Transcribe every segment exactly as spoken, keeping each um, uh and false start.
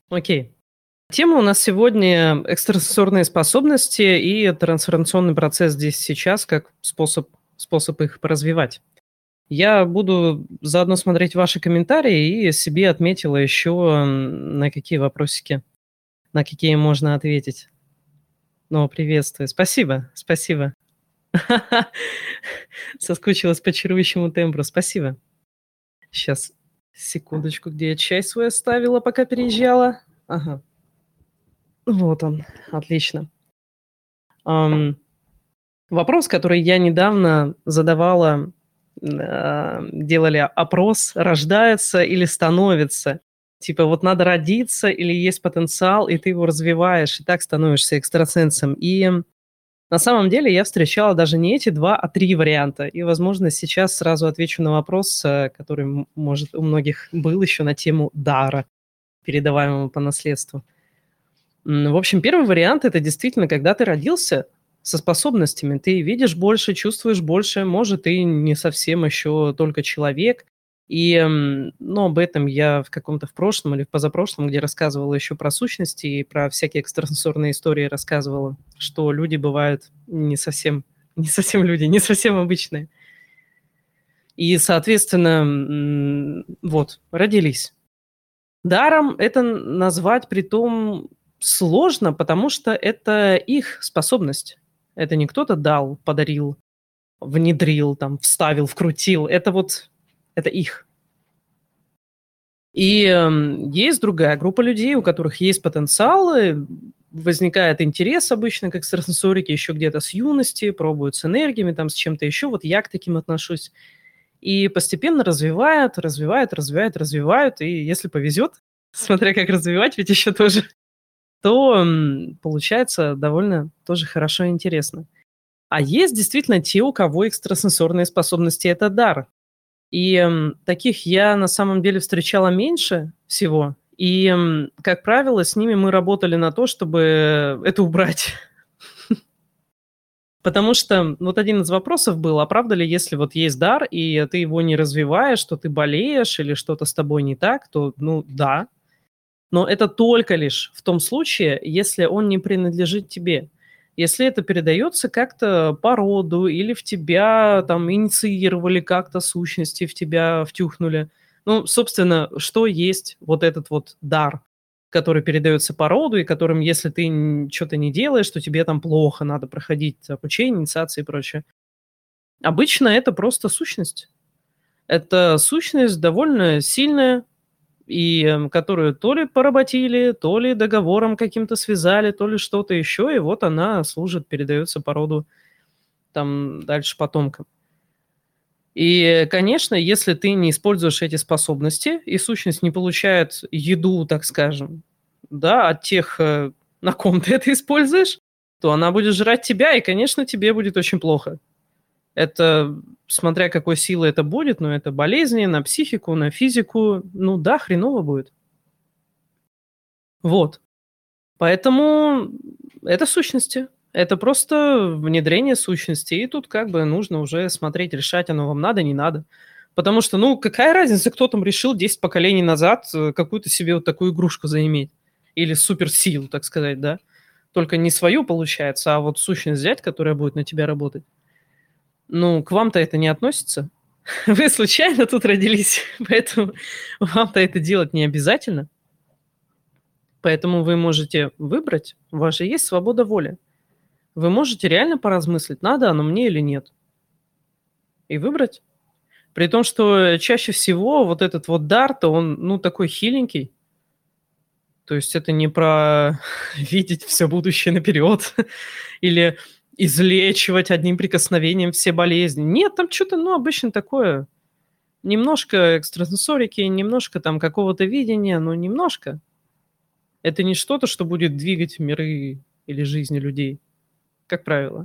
Окей. Тема у нас сегодня экстрасенсорные способности и трансформационный процесс здесь и сейчас как способ способ их поразвивать. Я буду заодно смотреть ваши комментарии и себе отметила еще, м, на какие вопросики, на какие можно ответить. Ну, приветствую. Спасибо, спасибо. Соскучилась по чарующему тембру. Спасибо. Сейчас, секундочку, где я чай свой оставила, пока переезжала. Ага. Вот он. Отлично. Ам, вопрос, который я недавно задавала, а, делали опрос: рождается или становится? Типа вот надо родиться или есть потенциал, и ты его развиваешь, и так становишься экстрасенсом. И на самом деле я встречала даже не эти два, а три варианта. И, возможно, сейчас сразу отвечу на вопрос, э, который, м может, у многих был еще на тему дара, передаваемого по наследству. М, в общем, первый вариант- это действительно, когда ты родился со способностями, ты видишь больше, чувствуешь больше, может, ты не совсем еще только человек. И, м, ну, об этом я в каком-то в прошлом или в позапрошлом, где рассказывала еще про сущности и про всякие экстрасенсорные истории рассказывала, что люди бывают не совсем не совсем люди, не совсем обычные. И, соответственно, м, вот, родились. Даром это н назвать притом сложно, потому что это их способность. Это не кто-то дал, подарил, внедрил, там, вставил, вкрутил. Это вот это их. И, м, есть другая группа людей, у которых есть потенциал, и возникает интерес обычно к экстрасенсорике еще где-то с юности, пробуют с энергиями, там, с чем-то еще. Вот я к таким отношусь. И постепенно развивают, развивают, развивают, развивают. И если повезет, смотря как развивать, ведь еще тоже, то, м, получается довольно тоже хорошо и интересно. А есть действительно те, у кого экстрасенсорные способности- это дар. И, м, таких я на самом деле встречала меньше всего. И, м, как правило, с ними мы работали на то, чтобы это убрать. Потому что вот один из вопросов был: а правда ли, если вот есть дар, и ты его не развиваешь, что ты болеешь или что-то с тобой не так? То, ну да. Но это только лишь в том случае, если он не принадлежит тебе. Если это передается как-то по роду или в тебя там инициировали как-то сущности, в тебя втюхнули. Ну, собственно, что есть вот этот вот дар, который передается по роду и которым, если ты н чё-то не делаешь, то тебе там плохо, надо проходить обучение, инициации и прочее. Обычно это просто сущность. Это сущность довольно сильная, и, м, которую то ли поработили, то ли договором каким-то связали, то ли что-то еще, и вот она служит, передается по роду там дальше потомкам. И, конечно, если ты не используешь эти способности, и сущность не получает еду, так скажем, да, от тех, э, на ком ты это используешь, то она будет жрать тебя, и, конечно, тебе будет очень плохо. Это смотря какой силы это будет, но это болезни на психику, на физику. Ну да, хреново будет. Вот. Поэтому это сущности. Это просто внедрение сущности. И тут как бы нужно уже смотреть, решать, оно вам надо, не надо. Потому что, ну, какая разница, кто там решил десять поколений назад, э, какую-то себе вот такую игрушку заиметь или суперсилу, так сказать, да? Только не свою, получается, а вот сущность взять, которая будет на тебя работать. Ну, к вам-то это не относится. Вы случайно тут родились, поэтому вам-то это делать не обязательно. Поэтому вы можете выбрать, у вас же есть свобода воли. Вы можете реально поразмыслить, надо оно мне или нет. И выбрать. При том, что чаще всего вот этот вот дар-то, он, ну, такой хиленький. То есть это не про видеть всё будущее наперед или излечивать одним прикосновением все болезни. Нет, там чё-то, ну, обычно такое. Немножко экстрасенсорики, немножко там какого-то видения, но немножко. Это не что-то, что будет двигать миры или жизни людей, как правило.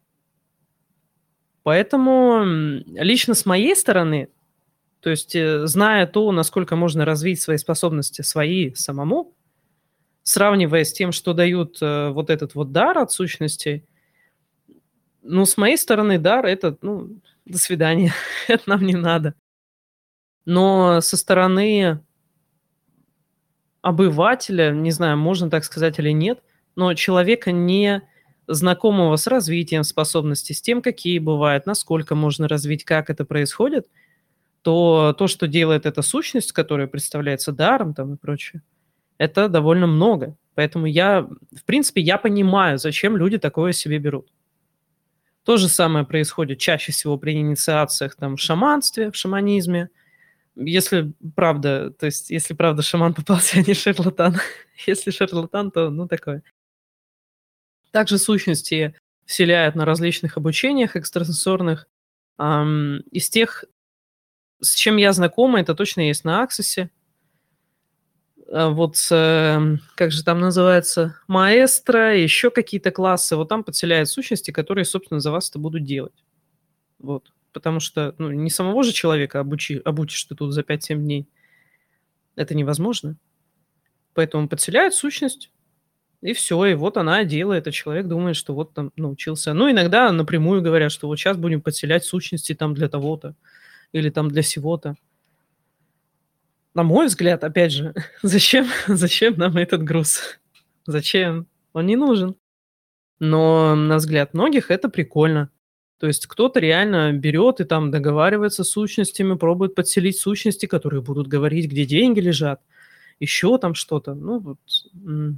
Поэтому, м, лично с моей стороны, то есть, э, зная то, насколько можно развить свои способности свои самому, сравнивая с тем, что дают, э, вот этот вот дар от сущностей, ну, с моей стороны, дар- это, ну, до свидания, это нам не надо. Но со стороны обывателя, не знаю, можно так сказать или нет, но человека, не знакомого с развитием способностей, с тем, какие бывают, насколько можно развить, как это происходит, то то, что делает эта сущность, которая представляется даром там и прочее, это довольно много. Поэтому я, в принципе, я понимаю, зачем люди такое себе берут. То же самое происходит чаще всего при инициациях там в шаманстве, в шаманизме. Если правда, то есть если правда шаман попался, а не шарлатан. Если шарлатан, то ну такое. Также сущности вселяют на различных обучениях экстрасенсорных. Ам, из тех, с чем я знакома, это точно есть на Аксосе. А вот, эм, как же там называется, маэстро, еще какие-то классы. Вот там подселяют сущности, которые, собственно, за вас это будут делать. Вот. Потому что, ну, не самого же человека обучи обучишь ты тут за пять-семь дней. Это невозможно. Поэтому подселяют сущность, и все, и вот она делает, а человек думает, что вот там научился. Ну, иногда напрямую говорят, что вот сейчас будем подселять сущности там для того-то или там для сего-то. На мой взгляд, опять же, зачем зачем нам этот груз? Зачем? Он не нужен. Но на взгляд многих это прикольно. То есть кто-то реально берет и там договаривается с сущностями, пробует подселить сущности, которые будут говорить, где деньги лежат, еще там что-то. Ну вот, м.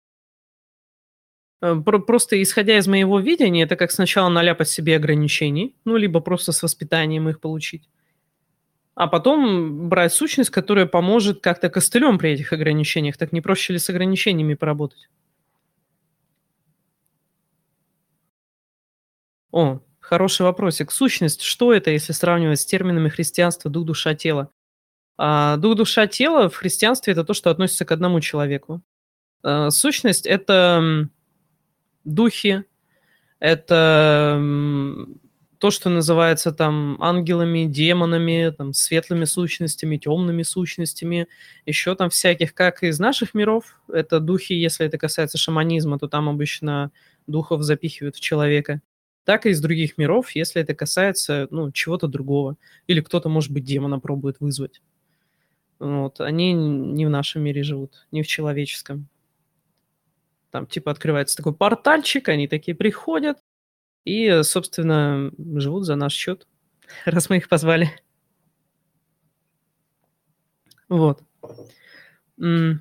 Э, про просто исходя из моего видения, это как сначала наляпать себе ограничений, ну, либо просто с воспитанием их получить. А потом брать сущность, которая поможет как-то костылем при этих ограничениях. Так не проще ли с ограничениями поработать? О, хороший вопросик. Сущность, что это, если сравнивать с терминами христианства дух, душа, тело? А, дух, душа, тело в христианстве это то, что относится к одному человеку. А, сущность это м, духи, это м, то, что называется там ангелами, демонами, там, светлыми сущностями, темными сущностями, еще там всяких, как из наших миров. Это духи, если это касается шаманизма, то там обычно духов запихивают в человека. Так и из других миров, если это касается, ну, чего-то другого. Или кто-то, может быть, демона пробует вызвать. Вот. Они не в нашем мире живут, не в человеческом. Там типа открывается такой портальчик, они такие приходят и, собственно, живут за наш счет, раз мы их позвали. Вот. М.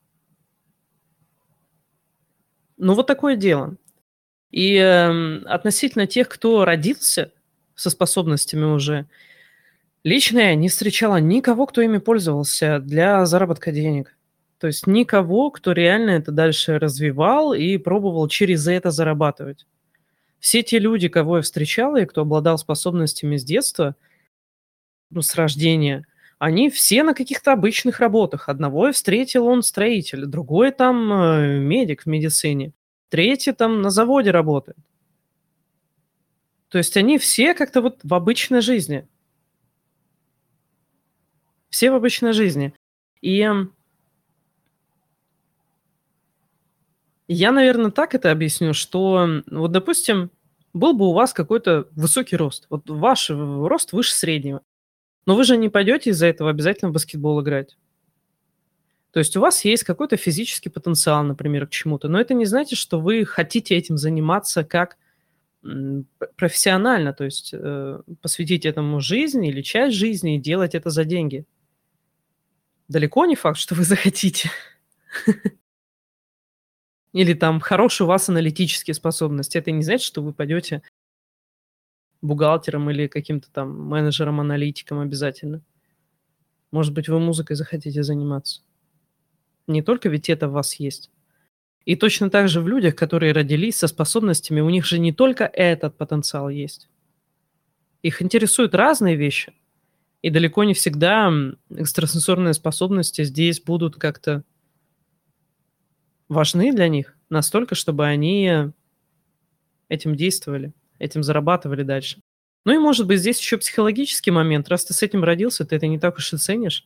Ну, вот такое дело. И, эм, относительно тех, кто родился со способностями уже, лично я не встречала никого, кто ими пользовался для заработка денег. То есть никого, кто реально это дальше развивал и пробовал через это зарабатывать. Все те люди, кого я встречала и кто обладал способностями с детства, ну, с рождения, они все на каких-то обычных работах. Одного я встретил, он строитель, другой там э, медик в медицине, третий там на заводе работает. То есть они все как-то вот в обычной жизни. Все в обычной жизни. И м, я, наверное, так это объясню, что м, вот, допустим, был бы у вас какой-то высокий рост. Вот ваш э, рост выше среднего. Но вы же не пойдете из-за этого обязательно в баскетбол играть. То есть у вас есть какой-то физический потенциал, например, к чему-то, но это не значит, что вы хотите этим заниматься как м, п- профессионально, то есть э, посвятить этому жизнь или часть жизни и делать это за деньги. Далеко не факт, что вы захотите. Или там хорошие у вас аналитические способности. Это не значит, что вы пойдете бухгалтером или каким-то там менеджером-аналитиком обязательно. Может быть, вы музыкой захотите заниматься. Не только ведь это в вас есть. И точно так же в людях, которые родились со способностями, у них же не только этот потенциал есть. Их интересуют разные вещи. И далеко не всегда м, экстрасенсорные способности здесь будут как-то важны для них настолько, чтобы они этим действовали, этим зарабатывали дальше. Ну и может быть здесь еще психологический момент. Раз ты с этим родился, ты это не так уж и ценишь.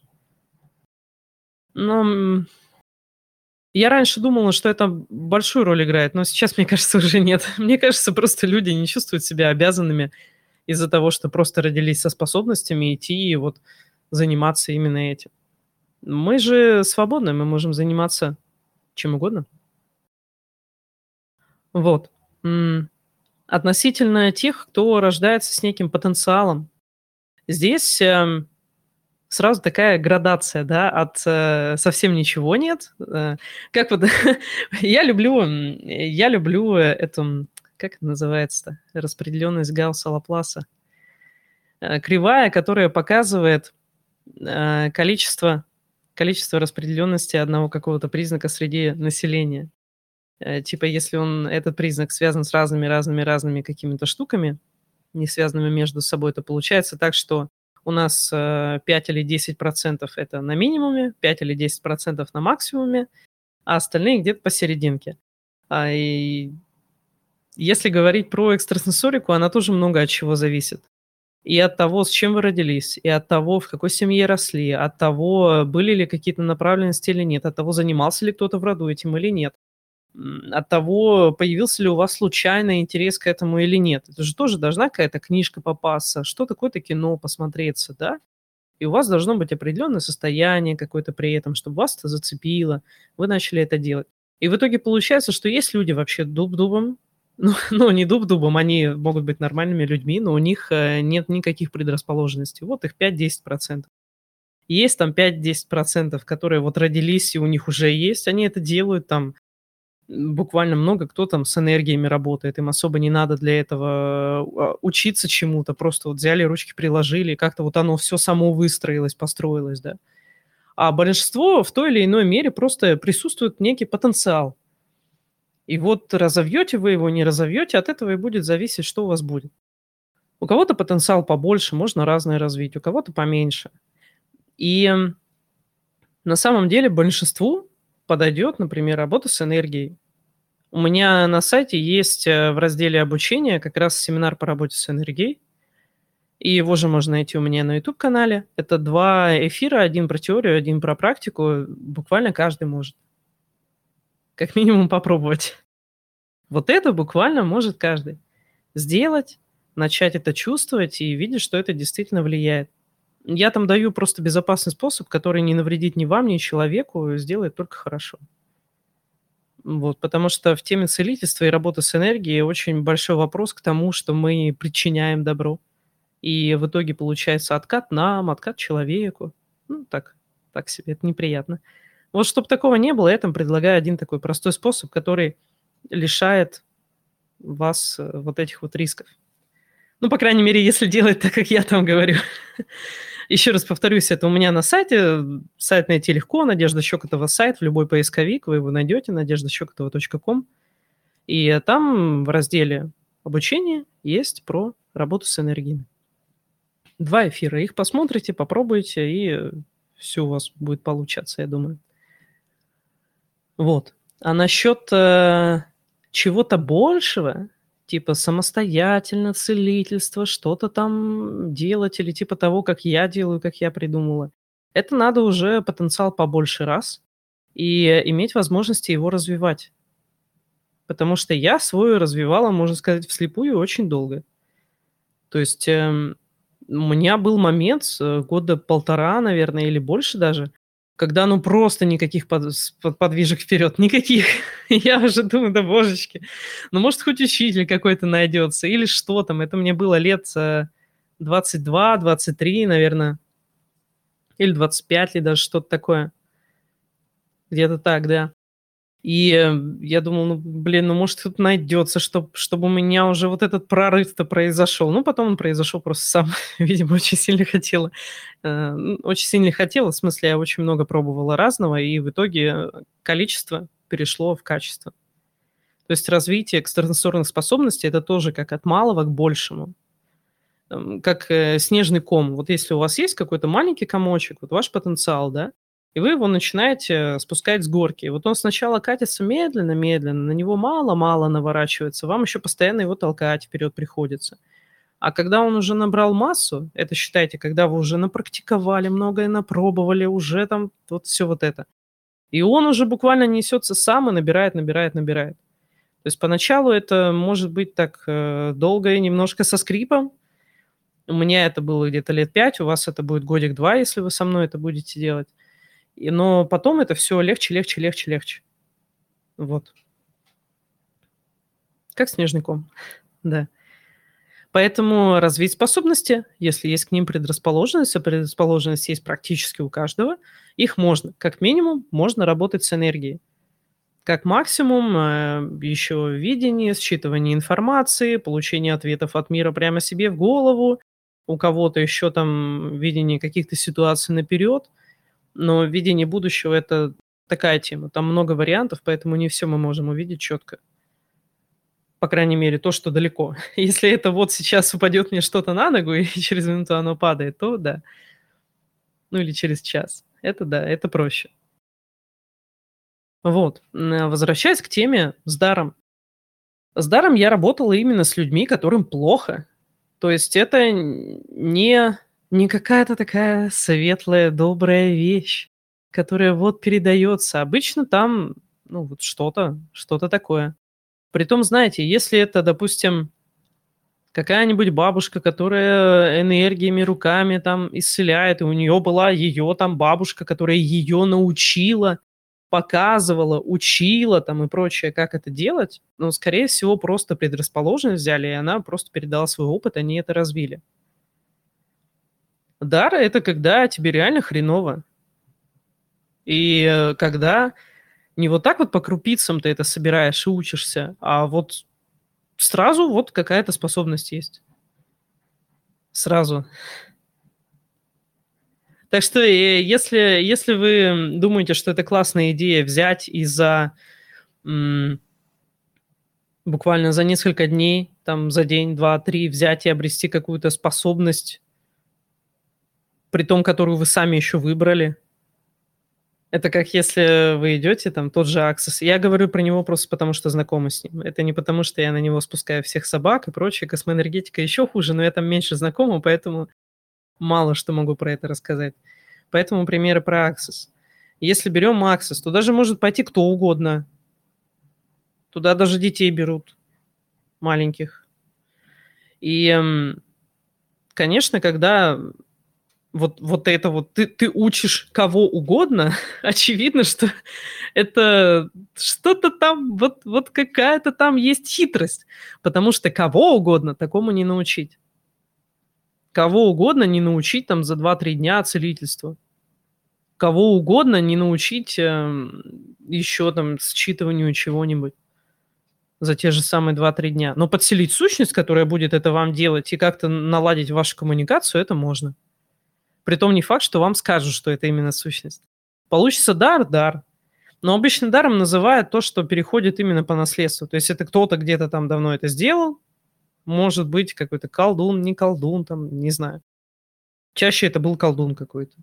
Но м, я раньше думала, что это большую роль играет, но сейчас, мне кажется, уже нет. Мне кажется, просто люди не чувствуют себя обязанными из-за того, что просто родились со способностями идти и вот заниматься именно этим. Мы же свободны, мы можем заниматься чем угодно. Вот. М, относительно тех, кто рождается с неким потенциалом, здесь, эм, сразу такая градация, да, от, э, совсем ничего нет. Э, как вот я люблю, м, я люблю э, эту, м, как это называется-то, распределенность Гаусса-Лапласа. Э, кривая, которая показывает, э, количество количество распределенности одного какого-то признака среди населения. Э, типа, если он, этот признак связан с разными разными разными какими-то штуками, не связанными между собой, то получается так, что у нас, э, пять или десять процентов это на минимуме, пять или десять процентов на максимуме, а остальные где-то посерединке. А, и если говорить про экстрасенсорику, она тоже много от чего зависит. И от того, с чем вы родились, и от того, в какой семье росли, от того, были ли какие-то направленности или нет, от того, занимался ли кто-то в роду этим или нет, м, от того, появился ли у вас случайно интерес к этому или нет. Это же тоже должна какая-то книжка попасться, что такое-то кино посмотреться, да? И у вас должно быть определенное состояние какое-то при этом, чтобы вас это зацепило, вы начали это делать. И в итоге получается, что есть люди вообще дуб дубом, ну, ну не дуб дубом, они могут быть нормальными людьми, но у них э, нет никаких предрасположенностей. Вот их пять-десять процентов. Есть там пять-десять процентов, которые вот родились и у них уже есть, они это делают там м, буквально много кто там с энергиями работает, им особо не надо для этого а, учиться чему-то, просто вот взяли, ручки приложили, и как-то вот оно все само выстроилось, построилось, да. А большинство в той или иной мере просто присутствует некий потенциал. И вот разовьете вы его, не разовьете, от этого и будет зависеть, что у вас будет. У кого-то потенциал побольше, можно разное развить, у кого-то поменьше. И м, на самом деле большинству подойдет, например, работа с энергией. У меня на сайте есть э, в разделе обучения как раз семинар по работе с энергией. И его же можно найти у меня на YouTube-канале. Это два эфира, один про теорию, один про практику. Буквально каждый может, как минимум, попробовать. Вот это буквально может каждый сделать, начать это чувствовать и видеть, что это действительно влияет. Я там даю просто безопасный способ, который не навредит ни вам, ни человеку, сделает только хорошо. Вот, потому что в теме целительства и работы с энергией очень большой вопрос к тому, что мы причиняем добро. И в итоге получается откат нам, откат человеку. Ну, так, так себе, это неприятно. Вот чтобы такого не было, я там предлагаю один такой простой способ, который лишает вас э, вот этих вот рисков. Ну, по крайней мере, если делать так, как я там говорю. Еще раз повторюсь, это у меня на сайте. Сайт найти легко. Надежда Щекотова сайт. В любой поисковик вы его найдете. надежда щекотова точка ком. И там в разделе обучение есть про работу с энергией. Два эфира. Их посмотрите, попробуйте, и все у вас будет получаться, я думаю. Вот. А насчет э, чего-то большего, типа самостоятельно целительство, что-то там делать, или типа того, как я делаю, как я придумала, это надо уже потенциал побольше раз и иметь возможности его развивать. Потому что я свой развивала, можно сказать, вслепую очень долго. То есть эм, у меня был момент э, года полтора, наверное, или больше даже, когда ну просто никаких под- с- под- подвижек вперед, никаких. Я уже думаю, да божечки, ну может хоть учитель какой-то найдется или что там. Это мне было лет э, двадцать два, двадцать три, наверное, или двадцать пять, или даже что-то такое. Где-то так, да. И, э, я думал, ну, блин, ну, может, кто-то найдется, чтоб чтобы у меня уже вот этот прорыв-то произошел. Ну, потом он произошел просто сам. Видимо, очень сильно хотела. Э, н очень сильно хотела, в смысле, я очень много пробовала разного, и в итоге, э, количество перешло в качество. То есть развитие экстрасенсорных способностей — это тоже как от малого к большему. М, как, э, снежный ком. Вот если у вас есть какой-то маленький комочек, вот ваш потенциал, да, и вы его начинаете спускать с горки. Вот он сначала катится медленно-медленно, на него мало-мало наворачивается, вам еще постоянно его толкать вперед приходится. А когда он уже набрал массу, это считайте, когда вы уже напрактиковали, многое напробовали, уже там вот все вот это. И он уже буквально несется сам и набирает, набирает, набирает. То есть поначалу это может быть так э, долго и немножко со скрипом, у меня это было где-то лет пять, у вас это будет годик-два, если вы со мной это будете делать. И, но потом это все легче, легче, легче, легче. Вот. Как снежный ком. Да. Поэтому развить способности, если есть к ним предрасположенность, а предрасположенность есть практически у каждого, их можно. Как минимум, можно работать с энергией. Как максимум, э, еще видение, считывание информации, получение ответов от мира прямо себе в голову. У кого-то еще там видение каких-то ситуаций наперед. Но видение будущего– это такая тема. Там много вариантов, поэтому не все мы можем увидеть четко. По крайней мере, то, что далеко. Если это вот сейчас упадет мне что-то на ногу, и через минуту оно падает, то да. Ну или через час. Это да, это проще. Вот. М, Возвращаясь к теме с даром. С даром я работала именно с людьми, которым плохо. То есть это н- не, не какая-то такая светлая, добрая вещь, которая вот передается. Обычно там, ну, вот что-то, что-то такое. Притом, знаете, если это, допустим, какая-нибудь бабушка, которая энергиями, руками там исцеляет, и у нее была ее там бабушка, которая ее научила, показывала, учила там и прочее, как это делать, ну, скорее всего, просто предрасположенность взяли, и она просто передала свой опыт, они это развили. Дар– это когда тебе реально хреново. И э, когда не вот так вот по крупицам ты это собираешь и учишься, а вот сразу вот какая-то способность есть. Сразу. Так что, э, если если вы, м, думаете, что это классная идея взять и за, м, буквально за несколько дней, там, за день, два, три взять и обрести какую-то способность, при том, которую вы сами еще выбрали. Это как если вы идете, там, тот же Access. Я говорю про него просто потому, что знакома с ним. Это не потому, что я на него спускаю всех собак и прочее. Космоэнергетика еще хуже, но я там меньше знакома, поэтому мало что могу про это рассказать. Поэтому примеры про Access. Если берем Access, туда же может пойти кто угодно. Туда даже детей берут, маленьких. И, м, конечно, когда вот, вот это вот ты, ты учишь кого угодно, очевидно, что это что-то там, вот, вот какая-то там есть хитрость. Потому что кого угодно такому не научить. Кого угодно не научить там за два-три дня целительства. Кого угодно не научить эм, еще там считыванию чего-нибудь за те же самые два-три дня. Но подселить сущность, которая будет это вам делать, и как-то наладить вашу коммуникацию, это можно. Притом не факт, что вам скажут, что это именно сущность. Получится дар– дар. Но обычно даром называют то, что переходит именно по наследству. То есть это кто-то где-то там давно это сделал, может быть какой-то колдун, не колдун, там, не знаю. Чаще это был колдун какой-то.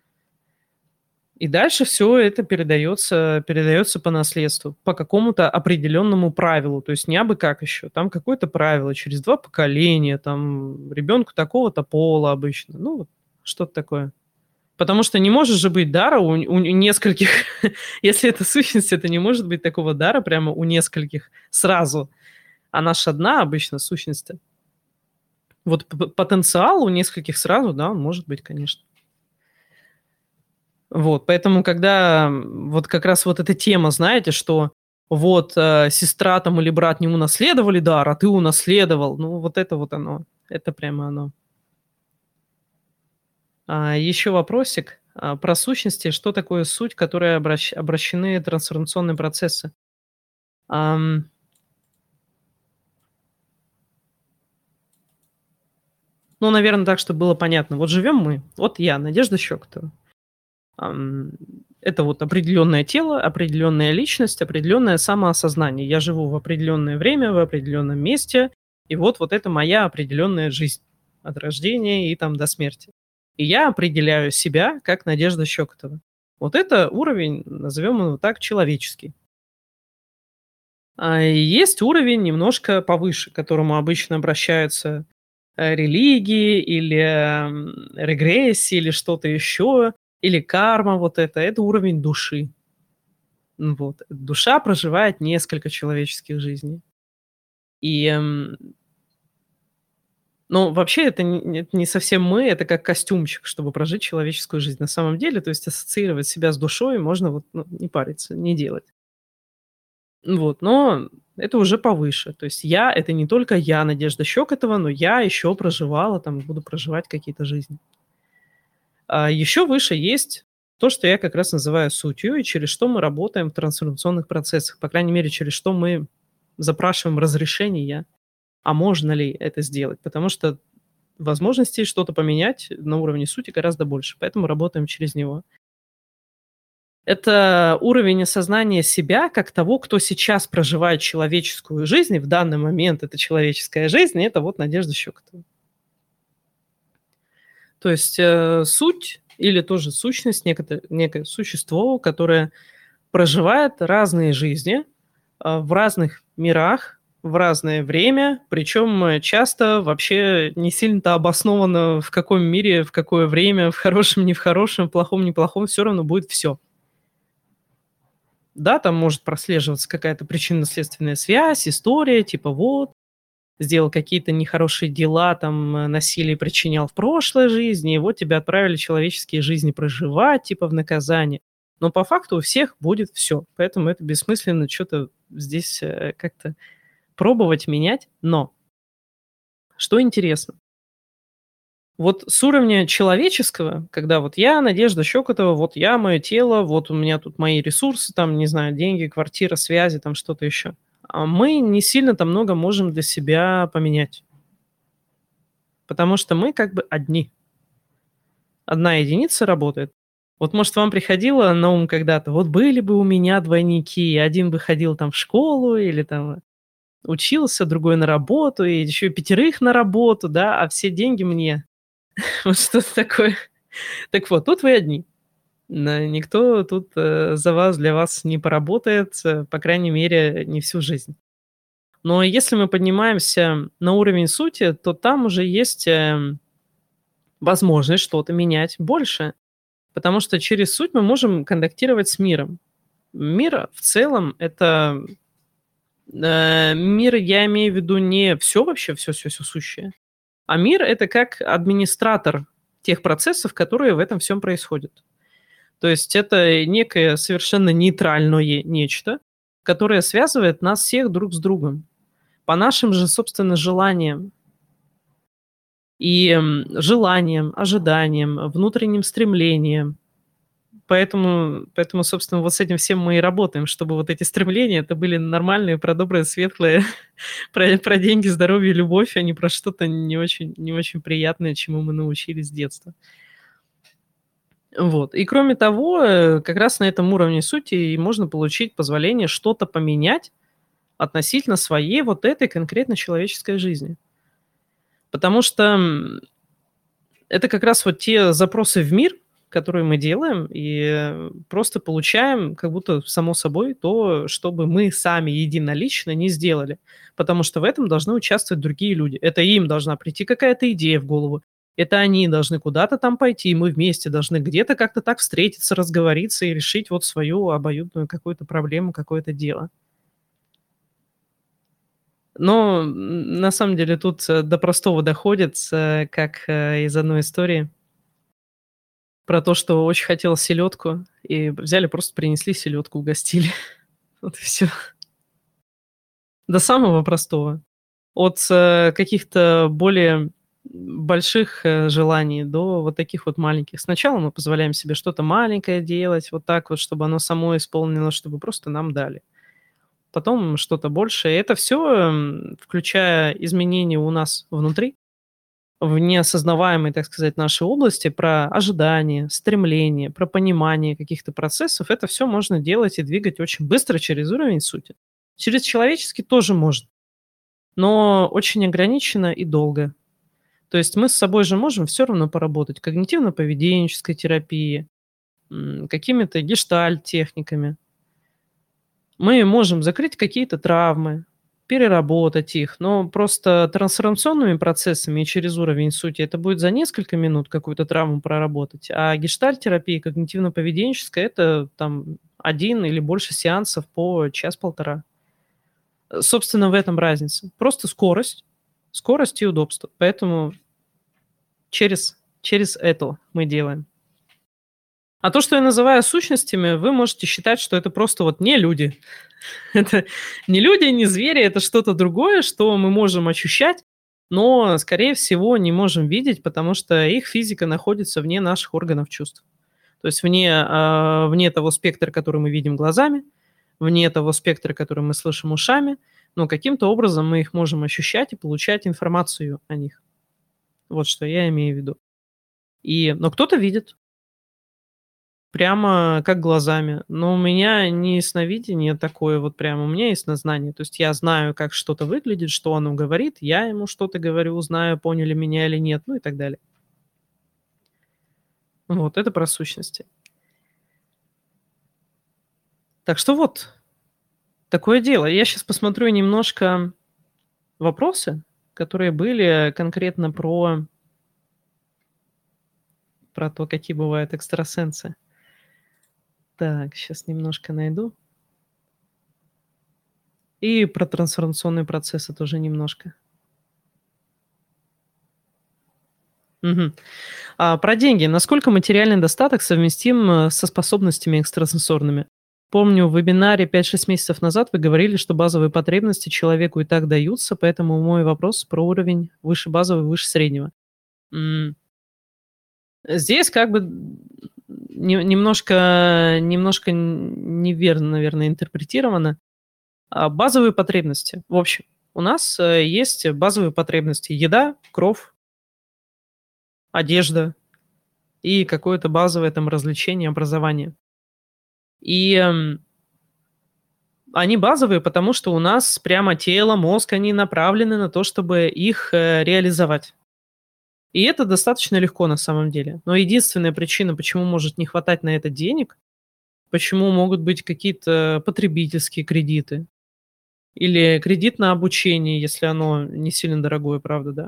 И дальше все это передается передается по наследству, по какому-то определенному правилу. То есть не абы как еще. Там какое-то правило через два поколения, там ребенку такого-то пола обычно. Ну, вот что-то такое. Потому что не может же быть дара у у нескольких. Если это сущность, это не может быть такого дара прямо у нескольких сразу. Она ж одна обычно сущность-то. Вот п потенциал у нескольких сразу, да, он может быть, конечно. Вот, поэтому, когда, м, вот как раз вот эта тема, знаете, что вот, э, сестра там или брат не унаследовали дар, а ты унаследовал. Ну, вот это вот оно. Это прямо оно. А, еще вопросик, а, про сущности. Что такое суть, которая обращ обращены трансформационные процессы? Ам, ну, наверно, так, чтобы было понятно. Вот живем мы, вот я, Надежда Щекотова. Ам, это вот определенное тело, определенная личность, определенное самоосознание. Я живу в определенное время, в определенном месте, и вот вот это моя определенная жизнь от рождения и там до смерти. И я определяю себя как Надежда Щекотова. Вот это уровень, назовем его так, человеческий. А есть уровень немножко повыше, к которому обычно обращаются э, религии или м, регрессии или что-то еще, или карма вот это. Это уровень души. М, Вот. Душа проживает несколько человеческих жизней. И, м, Но вообще это н это не совсем мы, это как костюмчик, чтобы прожить человеческую жизнь. На самом деле, то есть ассоциировать себя с душой можно вот, ну, не париться, не делать. Вот, но это уже повыше. То есть я- это не только я, Надежда Щекотова, но я еще проживала там, буду проживать какие-то жизни. А еще выше есть то, что я как раз называю сутью, и через что мы работаем в трансформационных процессах. По крайней мере, через что мы запрашиваем разрешения, а можно ли это сделать. Потому что возможностей что-то поменять на уровне сути гораздо больше, поэтому работаем через него. Это уровень осознания себя как того, кто сейчас проживает человеческую жизнь, и в данный момент это человеческая жизнь, и это вот Надежда Щекотова. То есть, э, суть или тоже сущность, некотор некое существо, которое проживает разные жизни, а, в разных мирах, в разное время, причем, э, часто вообще не сильно-то обоснованно, в каком мире, в какое время, в хорошем, не в хорошем, в плохом, не плохом, всё равно будет всё. Да, там может прослеживаться какая-то причинно-следственная связь, история, типа вот сделал какие-то нехорошие дела, там, э, насилие причинял в прошлой жизни, и вот тебя отправили человеческие жизни проживать, типа в наказание. Но по факту у всех будет всё, поэтому это бессмысленно чё-то здесь, э, как-то пробовать менять. Но что интересно вот с уровня человеческого, когда вот я, Надежда Щекотова, вот я, мое тело, вот у меня тут мои ресурсы, там, не знаю, деньги, квартира, связи, там что-то еще, а, мы не сильно-то много можем для себя поменять. Потому что мы как бы одни. Одна единица работает. Вот, может, вам приходило на ум когда-то: "Вот были бы у меня двойники, один бы ходил там в школу или там учился, другой на работу, и еще пятерых на работу, да, а все деньги мне". Вот что-то такое. Так вот, тут вы одни. На никто тут, э, за вас, для вас не поработает, э, по крайней мере, не всю жизнь. Но если мы поднимаемся на уровень сути, то там уже есть, эм, возможность что-то менять больше, потому что через суть мы можем контактировать с миром. Мир в целом- это, э, мир, я имею в виду не всё вообще, всё-всё-всё сущее, а мир- это как администратор тех процессов, которые в этом всём происходят. То есть это некое совершенно нейтральное нечто, которое связывает нас всех друг с другом по нашим же, собственно, желаниям. И, м, желаниям, ожиданиям, внутренним стремлениям. Поэтому поэтому, собственно, вот с этим всем мы и работаем, чтобы вот эти стремления- это были нормальные, про доброе, светлое, про про деньги, здоровье, любовь, а не про что-то не очень не очень приятное, чему мы научились с детства. Вот. И кроме того, э, как раз на этом уровне сути и можно получить позволение что-то поменять относительно своей вот этой конкретно человеческой жизни. Потому что, м, это как раз вот те запросы в мир, которые мы делаем, и просто получаем как будто само собой то, что бы мы сами единолично не сделали. Потому что в этом должны участвовать другие люди. Это им должна прийти какая-то идея в голову, это они должны куда-то там пойти, и мы вместе должны где-то как-то так встретиться, разговориться и решить вот свою обоюдную какую-то проблему, какое-то дело. Но, н на самом деле тут, э, до простого доходит, с как, э, из одной истории. Про то, что очень хотел селедку, и взяли, просто принесли селедку, угостили. Вот и всё. До самого простого. От, э, каких-то более больших, э, желаний до вот таких вот маленьких. Сначала мы позволяем себе что-то маленькое делать, вот так вот, чтобы оно само исполнилось, чтобы просто нам дали. Потом что-то большее. Это всё, м, включая изменения у нас внутри, в неосознаваемой, так сказать, нашей области, про ожидания, стремления, про понимание каких-то процессов. Это всё можно делать и двигать очень быстро через уровень сути. Через человеческий тоже можно, но очень ограниченно и долго. То есть мы с собой же можем всё равно поработать когнитивно-поведенческой терапией, м, какими-то гештальт-техниками. Мы можем закрыть какие-то травмы, переработать их, но просто трансформационными процессами и через уровень сути это будет за несколько минут какую-то травму проработать, а гештальт-терапия когнитивно-поведенческая- это там один или больше сеансов по час-полтора. Э, собственно, в этом разница. Просто скорость Скорость и удобство. Поэтому через, через это мы делаем. А то, что я называю сущностями, вы можете считать, что это просто вот не люди. Это не люди, не звери, это что-то другое, что мы можем ощущать, но, скорее всего, не можем видеть, потому что их физика находится вне наших органов чувств. То есть вне, а, вне того спектра, который мы видим глазами, вне того спектра, который мы слышим ушами, но каким-то образом мы их можем ощущать и получать информацию о них. Вот что я имею в виду. И, но кто-то видит, прямо как глазами. Но у меня не сновидение такое вот прямо, у меня есть сознание. То есть я знаю, как что-то выглядит, что оно говорит, я ему что-то говорю, знаю, поняли меня или нет, ну и так далее. Вот, это про сущности. Так что вот, такое дело. Я сейчас посмотрю немножко вопросы, которые были конкретно про, про то, какие бывают экстрасенсы. Так, сейчас немножко найду. И про трансформационные процессы тоже немножко. Мгм. А, про деньги. Насколько материальный достаток совместим э, со способностями экстрасенсорными? Помню, в вебинаре пять-шесть месяцев назад вы говорили, что базовые потребности человеку и так даются, поэтому мой вопрос про уровень выше базового, выше среднего. М, Здесь как бы не- немножко, немножко н- неверно, наверное, интерпретировано. А, Базовые потребности. В общем, у нас э, есть базовые потребности. Еда, кровь, одежда и какое-то базовое там развлечение, образование. И эм, они базовые, потому что у нас прямо тело, мозг, они направлены на то, чтобы их э, реализовать. И это достаточно легко на самом деле. Но единственная причина, почему может не хватать на это денег, почему могут быть какие-то потребительские кредиты или кредит на обучение, если оно не сильно дорогое, правда, да?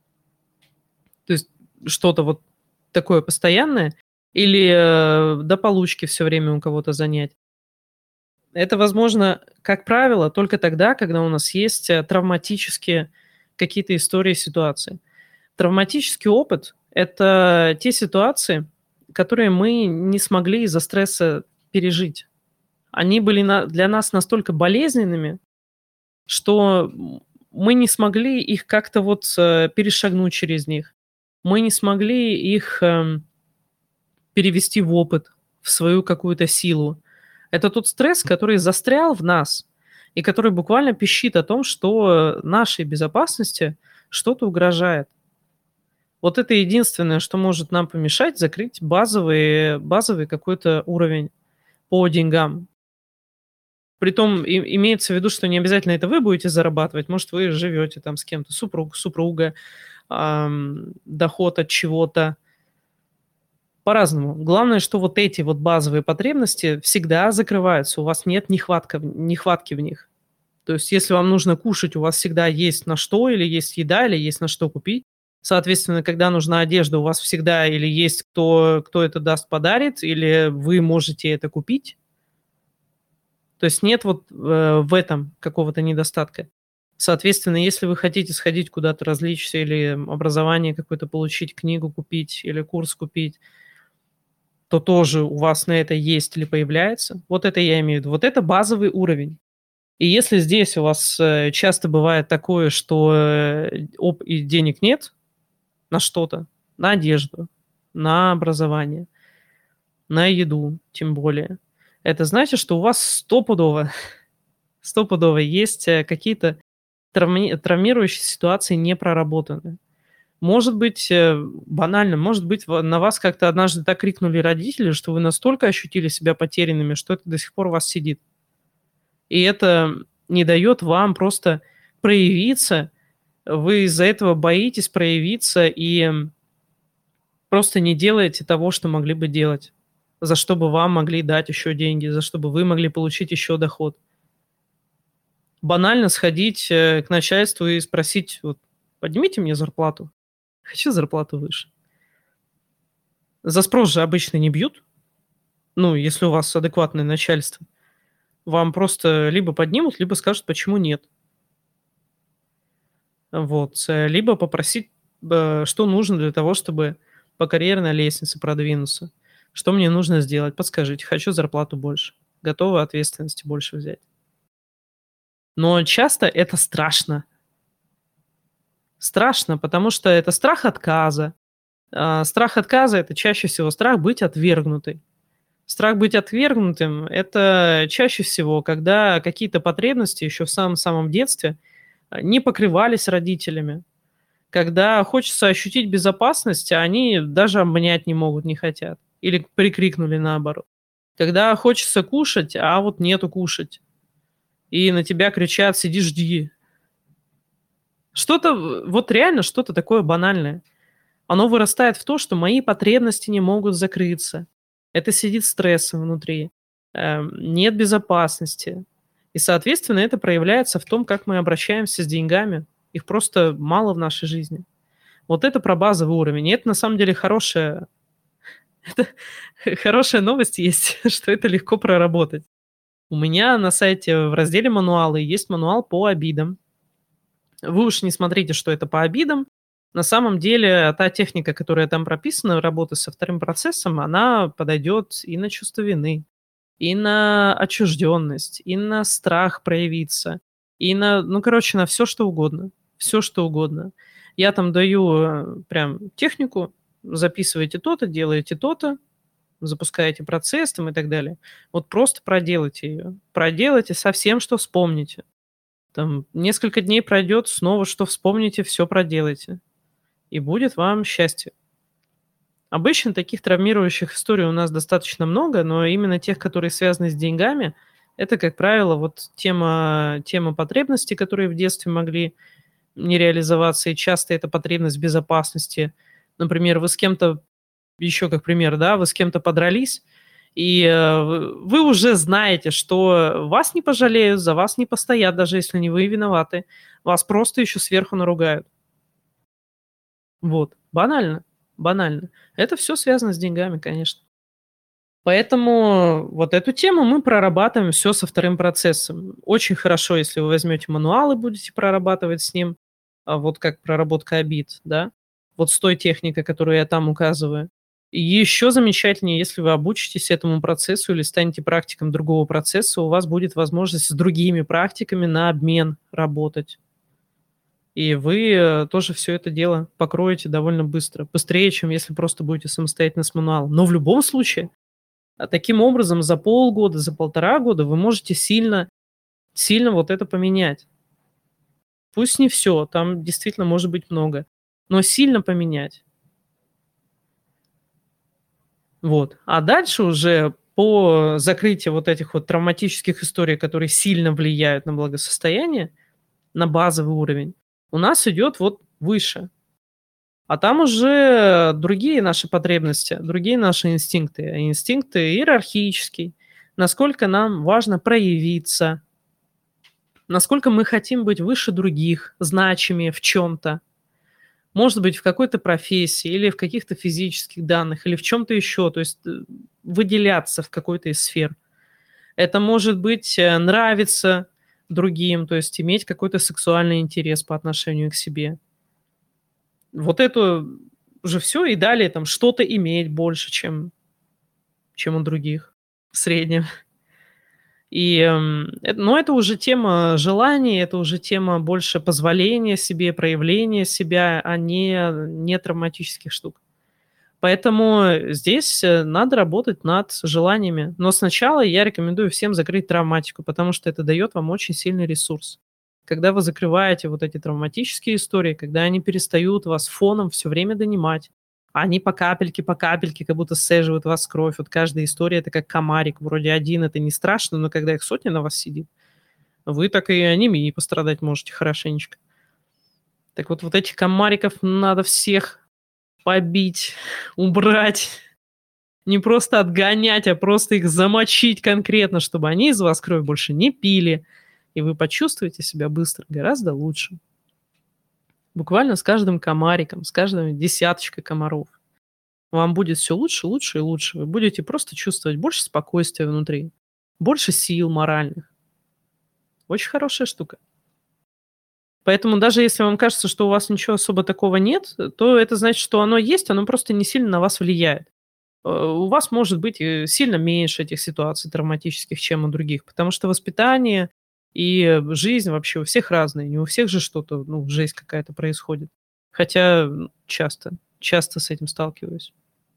То есть что-то вот такое постоянное, или э, до получки все время у кого-то занять. Это возможно, как правило, только тогда, когда у нас есть э, травматические какие-то истории, ситуации. Травматический опыт– это те ситуации, которые мы не смогли из-за стресса пережить. Они были на- для нас настолько болезненными, что м, мы не смогли их как-то вот э, перешагнуть через них. Мы не смогли их эм, перевести в опыт, в свою какую-то силу. Это тот стресс, который застрял в нас и который буквально пищит о том, что нашей безопасности что-то угрожает. Вот это единственное, что может нам помешать закрыть базовый, базовый какой-то уровень по деньгам. Притом и- имеется в виду, что не обязательно это вы будете зарабатывать, может, вы живете там с кем-то, супруг, супруга, ам, доход от чего-то, по-разному. Главное, что вот эти вот базовые потребности всегда закрываются, у вас нет нехватка, в- нехватки в них. То есть если вам нужно кушать, у вас всегда есть на что, или есть еда, или есть на что купить. Соответственно, когда нужна одежда, у вас всегда или есть кто, кто это даст, подарит, или вы можете это купить. То есть нет вот э, в этом какого-то недостатка. Соответственно, если вы хотите сходить куда-то развлечься или образование какое-то получить, книгу купить или курс купить, то тоже у вас на это есть или появляется. Вот это я имею в виду. Вот это базовый уровень. И если здесь у вас э, часто бывает такое, что э, оп, и денег нет на что-то, на одежду, на образование, на еду, тем более, это значит, что у вас стопудово, стопудово есть э, какие-то травми- травмирующие ситуации не проработаны. Может быть, э, банально, может быть, ва- на вас как-то однажды так крикнули родители, что вы настолько ощутили себя потерянными, что это до сих пор у вас сидит. И это не дает вам просто проявиться. Вы из-за этого боитесь проявиться и просто не делаете того, что могли бы делать, за что бы вам могли дать еще деньги, за что бы вы могли получить еще доход. Банально сходить э, к начальству и спросить, вот, поднимите мне зарплату. Хочу зарплату выше. За спрос же обычно не бьют. Ну, если у вас адекватное начальство. Вам просто либо поднимут, либо скажут, почему нет. Вот, э, либо попросить, э, что нужно для того, чтобы по карьерной лестнице продвинуться. Что мне нужно сделать? Подскажите, хочу зарплату больше, готова ответственности больше взять. Но часто это страшно. Страшно, потому что это страх отказа. А, страх отказа- это чаще всего страх быть отвергнутой. Страх быть отвергнутым- это чаще всего, когда какие-то потребности еще в самом-самом детстве, а, не покрывались родителями. Когда хочется ощутить безопасность, а они даже обнять не могут, не хотят. Или прикрикнули наоборот. Когда хочется кушать, а вот нету кушать. И на тебя кричат: "Сиди, жди". Что-то, в вот реально что-то такое банальное. Оно вырастает в то, что мои потребности не могут закрыться. Это сидит стрессом внутри, эм, нет безопасности. И, соответственно, это проявляется в том, как мы обращаемся с деньгами. Их просто мало в нашей жизни. Вот это про базовый уровень. И это на самом деле хорошая это х хорошая новость есть, что это легко проработать. У меня на сайте в разделе "Мануалы" есть мануал по обидам. Вы уж не смотрите, что это по обидам. На самом деле та техника, которая там прописана, работы со вторым процессом, она подойдет и на чувство вины, и на отчужденность, и на страх проявиться, и на, ну, короче, на все что угодно. Все что угодно. Я там даю, э, прям технику: записывайте то-то, делаете то-то, запускаете процесс там и так далее. Вот просто проделайте ее. Проделайте со всем, что вспомните. Там несколько дней пройдет, снова что вспомните, все проделайте, и будет вам счастье. Обычно таких травмирующих историй у нас достаточно много, но именно тех, которые связаны с деньгами, это, как правило, вот тема тема потребностей, которые в детстве могли не реализоваться, и часто это потребность безопасности. Например, вы с кем-то, еще как пример, да, вы с кем-то подрались, и, э, вы вы уже знаете, что вас не пожалеют, за вас не постоят, даже если не вы виноваты. Вас просто еще сверху наругают. Вот. Банально, банально. Это все связано с деньгами, конечно. Поэтому вот эту тему мы прорабатываем все со вторым процессом. Очень хорошо, если вы возьмете мануал и будете прорабатывать с ним, а, вот как проработка обид, да, вот с той техникой, которую я там указываю. И еще замечательнее, если вы обучитесь этому процессу или станете практиком другого процесса, у вас будет возможность с другими практиками на обмен работать. И вы, э, тоже все это дело покроете довольно быстро. Быстрее, чем если просто будете самостоятельно с мануалом. Но в любом случае, а, таким образом, за полгода, за полтора года вы можете сильно сильно вот это поменять. Пусть не все, там действительно может быть много, но сильно поменять. Вот. А дальше уже по закрытию вот этих вот травматических историй, которые сильно влияют на благосостояние, на базовый уровень, у нас идет вот выше. А там уже другие наши потребности, другие наши инстинкты. А инстинкты иерархический. Насколько нам важно проявиться, насколько мы хотим быть выше других, значимее в чем-то. Может быть, в какой-то профессии или в каких-то физических данных, или в чем-то еще. То есть э, выделяться в какой-то из сфер. Это может быть э, нравиться другим, то есть иметь какой-то сексуальный интерес по отношению к себе. Вот это уже все, и далее там что-то иметь больше, чем чем у других в среднем. И, эм, эт но это уже тема желаний, это уже тема больше позволения себе, проявления себя, а не не травматических штук. Поэтому здесь, э, надо работать над желаниями. Но сначала я рекомендую всем закрыть травматику, потому что это дает вам очень сильный ресурс. Когда вы закрываете вот эти травматические истории, когда они перестают вас фоном все время донимать, а они по капельке, по капельке как будто сцеживают вас кровь. Вот каждая история- это как комарик. Вроде один это не страшно, но когда их сотня на вас сидит, вы так и анемией пострадать можете хорошенечко. Так вот, вот этих комариков надо всех побить, убрать. Не просто отгонять, а просто их замочить конкретно, чтобы они из вас кровь больше не пили. И вы почувствуете себя быстро гораздо лучше. Буквально с каждым комариком, с каждой десяточкой комаров. Вам будет все лучше, лучше и лучше. Вы будете просто чувствовать больше спокойствия внутри, больше сил моральных. Очень хорошая штука. Поэтому даже если вам кажется, что у вас ничего особо такого нет, то это значит, что оно есть, оно просто не сильно на вас влияет. Э, у вас может быть, э, сильно меньше этих ситуаций травматических, чем у других, потому что воспитание и, э, жизнь вообще у всех разные. Не у всех же что-то, ну, жесть какая-то происходит. Хотя, м, часто, часто с этим сталкиваюсь.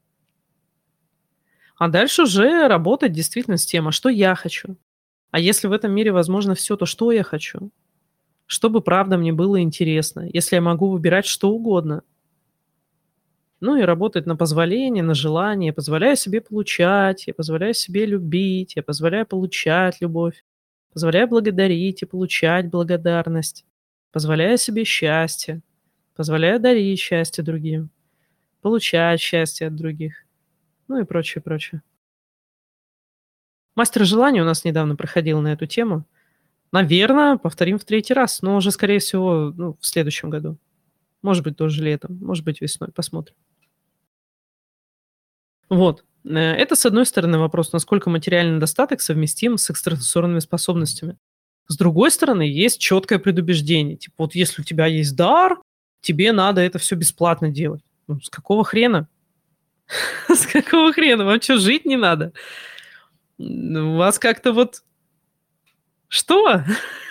А дальше уже работать действительно с тем: а что я хочу? А если в этом мире возможно все, то что я хочу? Чтобы правда мне было интересно, если я могу выбирать что угодно? Ну и работать на позволение, на желание. Я позволяю себе получать, я позволяю себе любить, я позволяю получать любовь, позволяю благодарить и получать благодарность, позволяю себе счастье, позволяю дарить счастье другим, получать счастье от других, ну и прочее, прочее. Мастер желаний у нас недавно проходил на эту тему. Наверно, повторим в третий раз, но уже, скорее всего, ну, в следующем году. Может быть, тоже летом, может быть, весной. Посмотрим. Вот. Э, это, с одной стороны, вопрос, насколько материальный достаток совместим с экстрасенсорными способностями. С другой стороны, есть четкое предубеждение. Типа, вот если у тебя есть дар, тебе надо это все бесплатно делать. Ну, с какого хрена? С какого хрена? Вам что, жить не надо? М, у вас как-то вот что?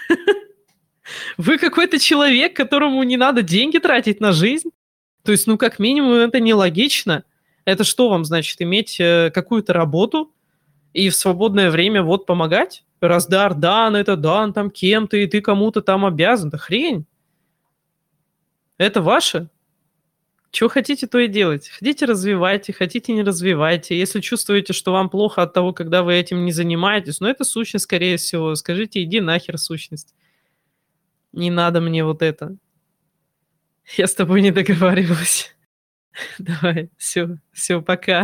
Вы какой-то человек, которому не надо деньги тратить на жизнь? То есть, ну, как минимум, это нелогично. Это что вам значит, иметь, э, какую-то работу и в свободное время вот помогать? Раз дар дан, это дан там кем-то, и ты кому-то там обязан. Да хрень. Это ваше. Чё хотите, то и делайте. Хотите — развивайте, хотите — не развивайте. Если чувствуете, что вам плохо от того, когда вы этим не занимаетесь, ну, это сущность, скорее всего. Скажите: "Иди нахер, сущность. Не надо мне вот это. Я с тобой не договаривалась". Давай, всё, всё, пока.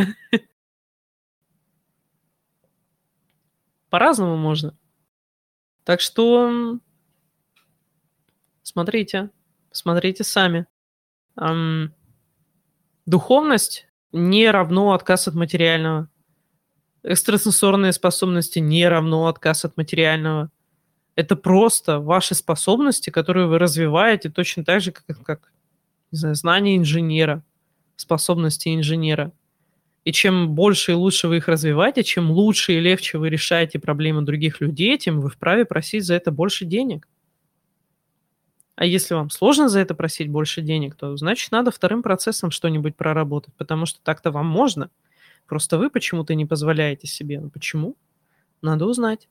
По-разному можно. Так что, м смотрите, смотрите сами. Ам, духовность не равно отказ от материального. Экстрасенсорные способности не равно отказ от материального. Это просто ваши способности, которые вы развиваете точно так же, как как, не знаю, знания инженера, способности инженера. И чем больше и лучше вы их развиваете, чем лучше и легче вы решаете проблемы других людей, тем вы вправе просить за это больше денег. А если вам сложно за это просить больше денег, то значит надо вторым процессом что-нибудь проработать, потому что так-то вам можно. Просто вы почему-то не позволяете себе. Ну почему? Надо узнать.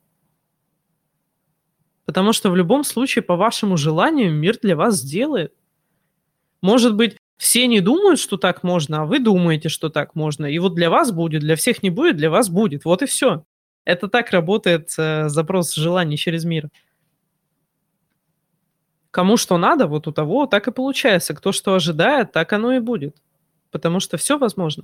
Потому что в любом случае, по вашему желанию, мир для вас сделает. Может быть, все не думают, что так можно, а вы думаете, что так можно. И вот для вас будет, для всех не будет, для вас будет. Вот и все. Это так работает, э, запрос желаний через мир. Кому что надо, вот у того так и получается. Кто что ожидает, так оно и будет. Потому что все возможно.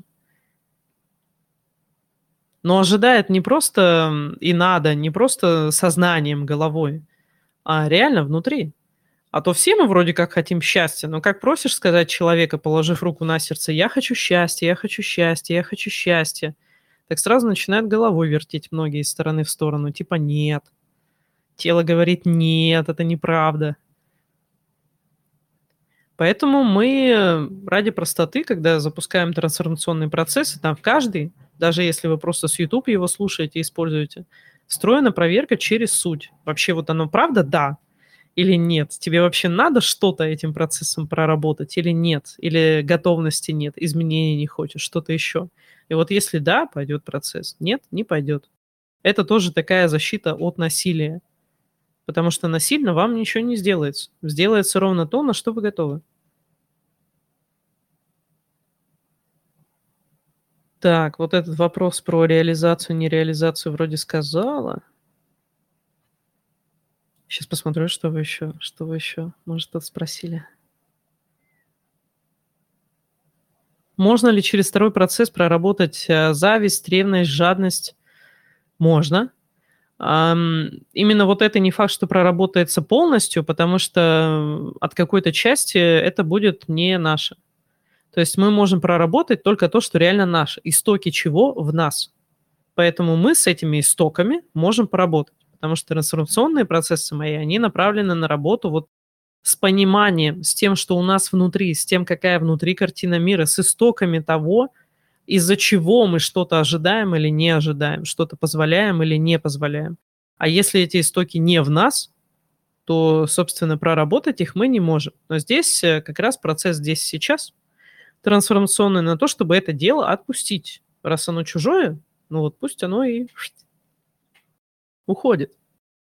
Но ожидает не просто, м, и надо, не просто сознанием, головой, а реально внутри. А то все мы вроде как хотим счастья, но как просишь сказать человека, положив руку на сердце: "Я хочу счастья, я хочу счастья, я хочу счастья", так сразу начинают головой вертеть многие из стороны в сторону, типа: "Нет". Тело говорит: "Нет, это неправда". Поэтому мы, э, ради простоты, когда запускаем трансформационные процессы, там в каждый, даже если вы просто с YouTube его слушаете, используете, встроена проверка через суть. Вообще вот оно правда "да" или "нет"? Тебе вообще надо что-то этим процессом проработать или нет? Или готовности нет, изменений не хочешь, что-то еще? И вот если "да", пойдет процесс, нет — не пойдет. Это тоже такая защита от насилия, потому что насильно вам ничего не сделается. Сделается ровно то, на что вы готовы. Так, вот этот вопрос про реализацию, нереализацию вроде сказала. Сейчас посмотрю, что вы еще, что вы еще, может, тут спросили. Можно ли через второй процесс проработать, э, зависть, ревность, жадность? Можно. Ам, именно вот это не факт, что проработается полностью, потому что, м, от какой-то части это будет не наше. То есть мы можем проработать только то, что реально наше, истоки чего в нас. Поэтому мы с этими истоками можем поработать, потому что трансформационные процессы мои, они направлены на работу вот с пониманием, с тем, что у нас внутри, с тем, какая внутри картина мира, с истоками того, из-за чего мы что-то ожидаем или не ожидаем, что-то позволяем или не позволяем. А если эти истоки не в нас, то, собственно, проработать их мы не можем. Но здесь э, как раз процесс здесь и сейчас трансформационный на то, чтобы это дело отпустить. Раз оно чужое, ну вот пусть оно и уходит.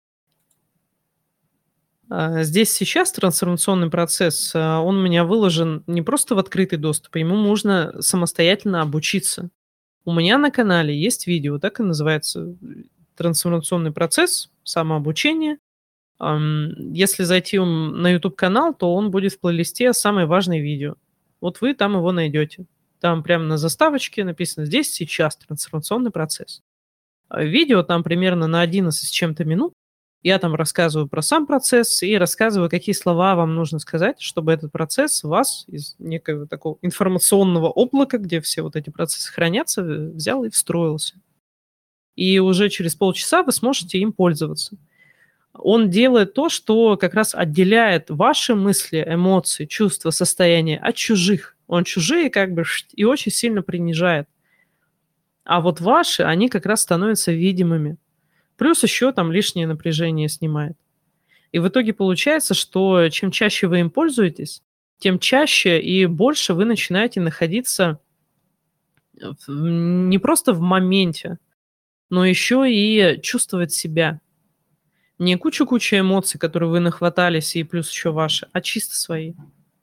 А, Здесь сейчас трансформационный процесс, а, он у меня выложен не просто в открытый доступ, ему можно самостоятельно обучиться. У меня на канале есть видео, так и называется э, трансформационный процесс, самообучение. Ам, Если зайти м, на YouTube канал, то он будет в плейлисте «Самые важные видео». Вот вы там его найдете. Там прямо на заставочке написано «Здесь сейчас трансформационный процесс». А Видео там примерно на одиннадцать с чем-то минут. Я там рассказываю про сам процесс и рассказываю, какие слова вам нужно сказать, чтобы этот процесс вас из некого такого информационного облака, где все вот эти процессы хранятся, э, взял и встроился. И уже через полчаса вы сможете им пользоваться. Он делает то, что как раз отделяет ваши мысли, эмоции, чувства, состояния от чужих. Он чужие как бы шт, и очень сильно принижает. А вот ваши, они как раз становятся видимыми. Плюс еще там лишнее напряжение снимает. И в итоге получается, что чем чаще вы им пользуетесь, тем чаще и больше вы начинаете находиться в- не просто в моменте, но еще и чувствовать себя. Не кучу-кучу эмоций, которые вы нахватались, и плюс еще ваши, а чисто свои.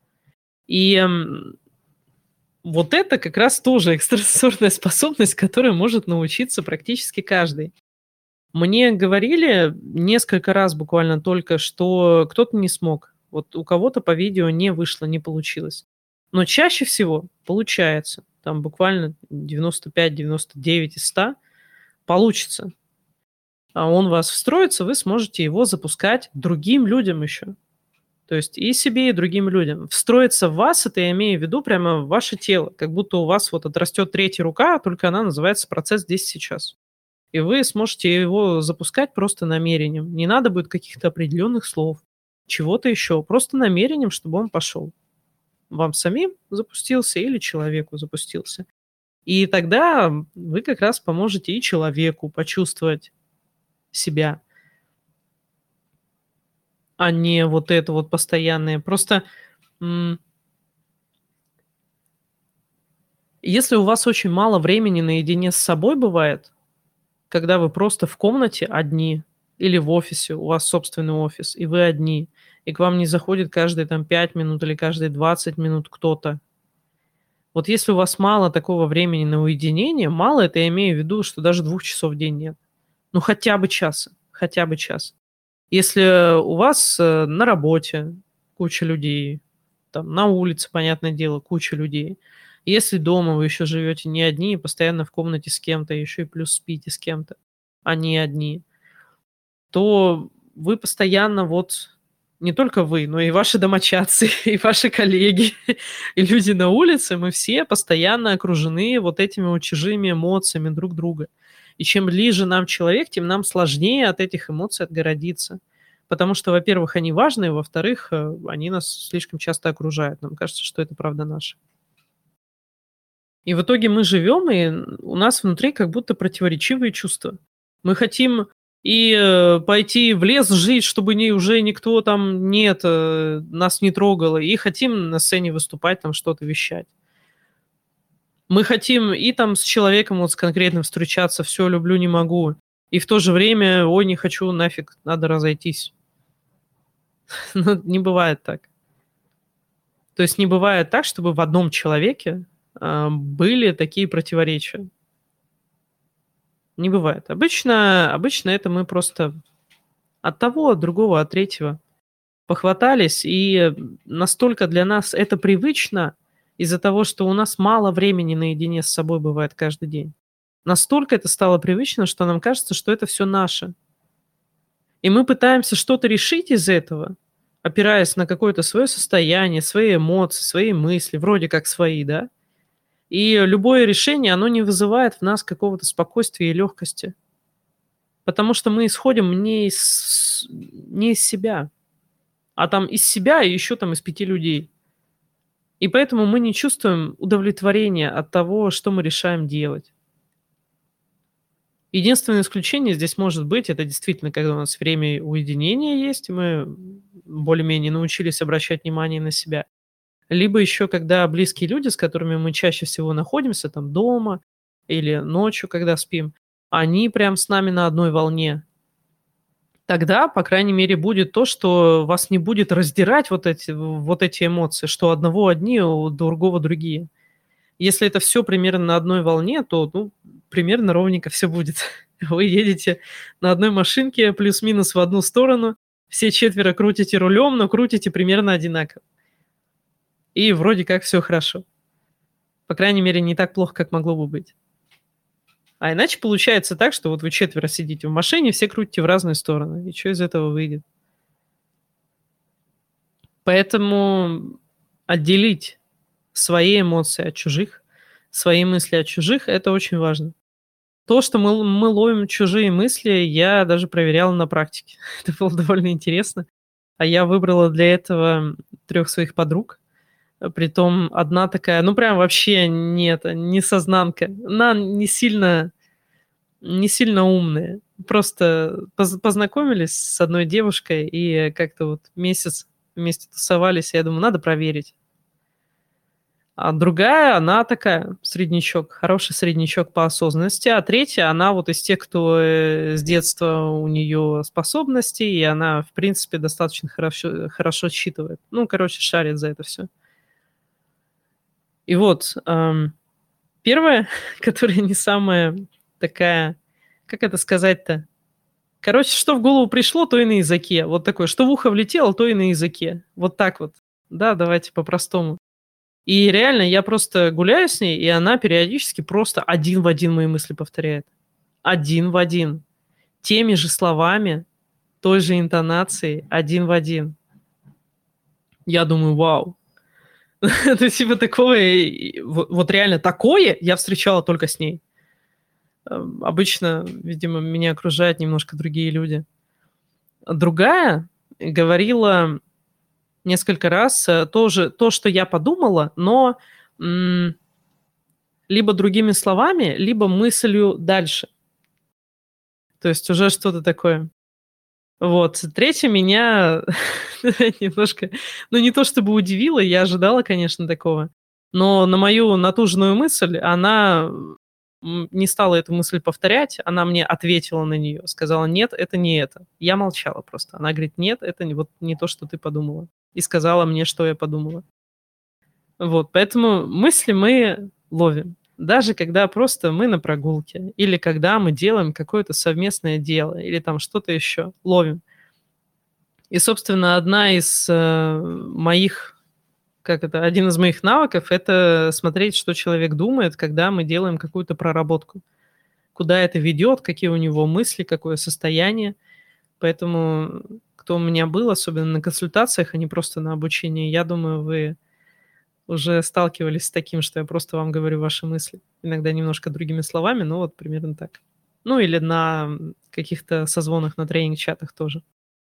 И м, вот это как раз тоже экстрасенсорная способность, которой может научиться практически каждый. Мне говорили несколько раз буквально только, что кто-то не смог. Вот у кого-то по видео не вышло, не получилось. Но чаще всего получается. Там буквально девяносто пять девяносто девять из ста получится. А он у вас встроится, вы сможете его запускать другим людям еще. То есть и себе, и другим людям. Встроиться в вас, это я имею в виду прямо в ваше тело. Как будто у вас вот отрастет третья рука, только она называется процесс здесь и сейчас. И вы сможете его запускать просто намерением. Не надо будет каких-то определенных слов, чего-то еще. Просто намерением, чтобы он пошел. Вам самим запустился или человеку запустился. И тогда вы как раз поможете и человеку почувствовать себя, а не вот это вот постоянное. Просто м, если у вас очень мало времени наедине с собой бывает, когда вы просто в комнате одни или в офисе, у вас собственный офис, и вы одни, и к вам не заходит каждые там пять минут или каждые двадцать минут кто-то. Вот если у вас мало такого времени на уединение, мало, это я имею в виду, что даже двух часов в день нет. Ну хотя бы часа, хотя бы час. Если у вас э, на работе куча людей, там на улице, понятное дело, куча людей. Если дома вы еще живете не одни, и постоянно в комнате с кем-то, еще и плюс спите с кем-то, а не одни, то вы постоянно вот не только вы, но и ваши домочадцы, и ваши коллеги, и люди на улице, мы все постоянно окружены вот этими вот чужими эмоциями друг друга. И чем ближе нам человек, тем нам сложнее от этих эмоций отгородиться. Потому что, во-первых, они важны, во-вторых, э, они нас слишком часто окружают. Нам кажется, что это правда наше. И в итоге мы живем, и у нас внутри как будто противоречивые чувства. Мы хотим и э, пойти в лес жить, чтобы ни, уже никто там нет, э, нас не трогал, и хотим на сцене выступать, там что-то вещать. Мы хотим и там с человеком вот с конкретным встречаться, все, люблю, не могу. И в то же время, ой, не хочу, нафиг, надо разойтись. Ну, не бывает так. То есть не бывает так, чтобы в одном человеке а, были такие противоречия. Не бывает. Обычно, обычно это мы просто от того, от другого, от третьего похватались, и настолько для нас это привычно из-за того, что у нас мало времени наедине с собой бывает каждый день. Настолько это стало привычно, что нам кажется, что это все наше. И мы пытаемся что-то решить из этого, опираясь на какое-то свое состояние, свои эмоции, свои мысли, вроде как свои, да? И любое решение, оно не вызывает в нас какого-то спокойствия и легкости. Потому что мы исходим не из, не из себя, а там из себя и еще там из пяти людей. И поэтому мы не чувствуем удовлетворения от того, что мы решаем делать. Единственное исключение здесь может быть, это действительно, когда у нас время уединения есть, и мы более-менее научились обращать внимание на себя. Либо еще, когда близкие люди, с которыми мы чаще всего находимся, там дома или ночью, когда спим, они прям с нами на одной волне. Тогда, по крайней мере, будет то, что вас не будет раздирать вот эти, вот эти эмоции, что у одного одни, у другого другие. Если это все примерно на одной волне, то ну, примерно ровненько все будет. Вы едете на одной машинке плюс-минус в одну сторону, все четверо крутите рулем, но крутите примерно одинаково. И вроде как все хорошо. По крайней мере, не так плохо, как могло бы быть. А иначе получается так, что вот вы четверо сидите в машине, все крутите в разные стороны. И что из этого выйдет? Поэтому отделить свои эмоции от чужих, свои мысли от чужих, это очень важно. То, что мы, мы ловим чужие мысли, я даже проверяла на практике. Это было довольно интересно. А я выбрала для этого трех своих подруг. Притом одна такая, ну прям вообще нет, не сознанка. Она не сильно, не сильно умная. Просто поз- познакомились с одной девушкой и как-то вот месяц вместе тусовались. И я думаю, надо проверить. А другая, она такая, среднячок, хороший среднячок по осознанности. А третья, она вот из тех, кто э, с детства у нее способности, и она, в принципе, достаточно хорошо, хорошо считывает. Ну, короче, шарит за это все. И вот, ам, первая, которая не самая такая, как это сказать-то? Короче, что в голову пришло, то и на языке. Вот такое, что в ухо влетело, то и на языке. Вот так вот. Да, давайте по-простому. И реально, я просто гуляю с ней, и она периодически просто один в один мои мысли повторяет. Один в один. Теми же словами, той же интонацией, один в один. Я думаю, вау. То есть, типа, такое, вот, вот реально такое я встречала только с ней. Эм, Обычно, видимо, меня окружают немножко другие люди. Другая говорила несколько раз э, тоже то, что я подумала, но м, либо другими словами, либо мыслью дальше. То есть уже что-то такое. Вот. Третья меня немножко, ну не то чтобы удивила, я ожидала, конечно, такого, но на мою натужную мысль она м, не стала эту мысль повторять, она мне ответила на нее, сказала, нет, это не это. Я молчала просто. Она говорит, нет, это не, вот не то, что ты подумала. И сказала мне, что я подумала. Вот, поэтому мысли мы ловим. Даже когда просто мы на прогулке, или когда мы делаем какое-то совместное дело, или там что-то еще, ловим. И, собственно, одна из э, моих, как это, один из моих навыков, это смотреть, что человек думает, когда мы делаем какую-то проработку. Куда это ведет, какие у него мысли, какое состояние. Поэтому, кто у меня был, особенно на консультациях, а не просто на обучении, я думаю, вы уже сталкивались с таким, что я просто вам говорю ваши мысли. Иногда немножко другими словами, но вот примерно так. Ну или на м, каких-то созвонах, на тренинг-чатах тоже.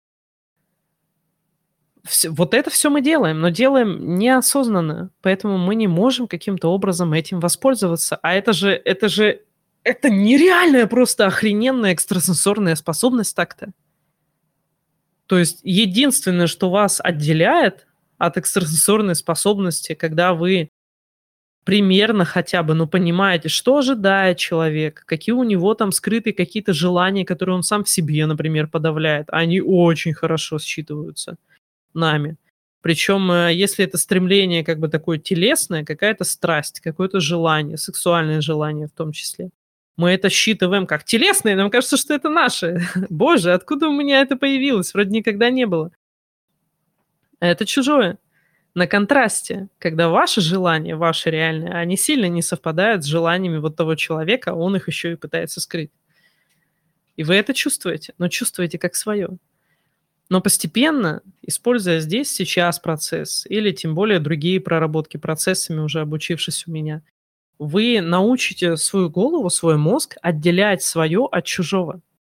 Всё- вот это все мы делаем, но делаем неосознанно, поэтому мы не можем каким-то образом этим воспользоваться. А это же, это же, это нереальная просто охрененная экстрасенсорная способность так-то. То есть единственное, что вас отделяет от экстрасенсорной способности, когда вы примерно хотя бы, ну, понимаете, что ожидает человек, какие у него там скрытые какие-то желания, которые он сам в себе, например, подавляет. Они очень хорошо считываются нами. Причем, э, если это стремление как бы такое телесное, какая-то страсть, какое-то желание, сексуальное желание в том числе, мы это считываем как телесное, нам кажется, что это наше. Боже, откуда у меня это появилось? Вроде никогда не было. А это чужое. На контрасте, когда ваши желания, ваши реальные, они сильно не совпадают с желаниями вот того человека, а он их еще и пытается скрыть. И вы это чувствуете, но чувствуете как свое. Но постепенно, используя здесь, сейчас процесс, или тем более другие проработки процессами, уже обучившись у меня, вы научите свою голову, свой мозг отделять свое от чужого.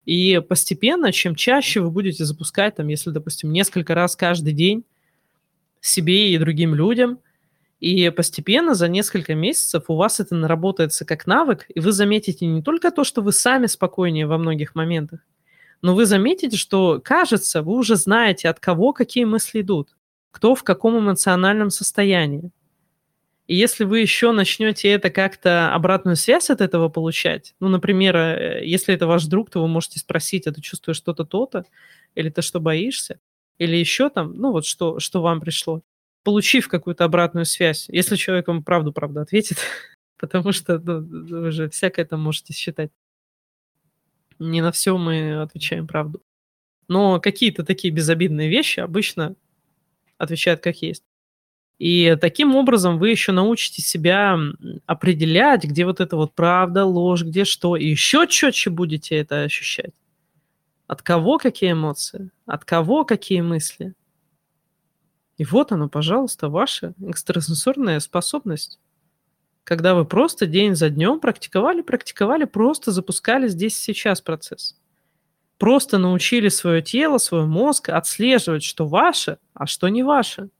И постепенно, чем чаще вы будете запускать, там, если, допустим, несколько раз каждый день себе и другим людям, и постепенно за несколько месяцев у вас это наработается как навык, и вы заметите не только то, что вы сами спокойнее во многих моментах, но вы заметите, что, кажется, вы уже знаете, от кого какие мысли идут, кто в каком эмоциональном состоянии. И если вы еще начнете это как-то обратную связь от этого получать, ну, например, э, если это ваш друг, то вы можете спросить, а ты чувствуешь что-то то-то, или ты что, боишься, или еще там, ну, вот что, что вам пришло. Получив какую-то обратную связь, если человек вам правду-правду ответит, потому что ну, вы же всякое там можете считать. Не на все мы отвечаем правду. Но какие-то такие безобидные вещи обычно отвечают как есть. И таким образом вы еще научите себя м, определять, где вот это вот правда, ложь, где что. И еще четче будете это ощущать. От кого какие эмоции, от кого какие мысли. И вот оно, пожалуйста, ваша экстрасенсорная способность. Когда вы просто день за днем практиковали, практиковали, просто запускали здесь и сейчас процесс. Просто научили свое тело, свой мозг отслеживать, что ваше, а что не ваше.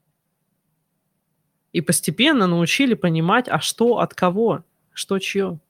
И постепенно научили понимать, а что от кого, что чье.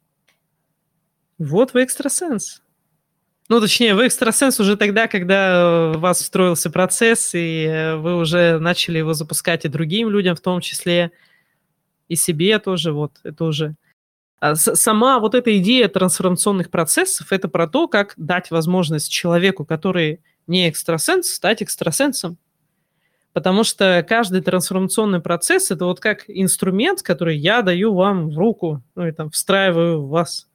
Вот вы экстрасенс. Ну, точнее, вы экстрасенс уже тогда, когда э, у вас встроился процесс, и э, вы уже начали его запускать и другим людям в том числе, и себе тоже, вот, это уже. А с- сама вот эта идея трансформационных процессов, это про то, как дать возможность человеку, который не экстрасенс, стать экстрасенсом. Потому что каждый трансформационный процесс – это вот как инструмент, который я даю вам в руку, ну и там встраиваю в вас.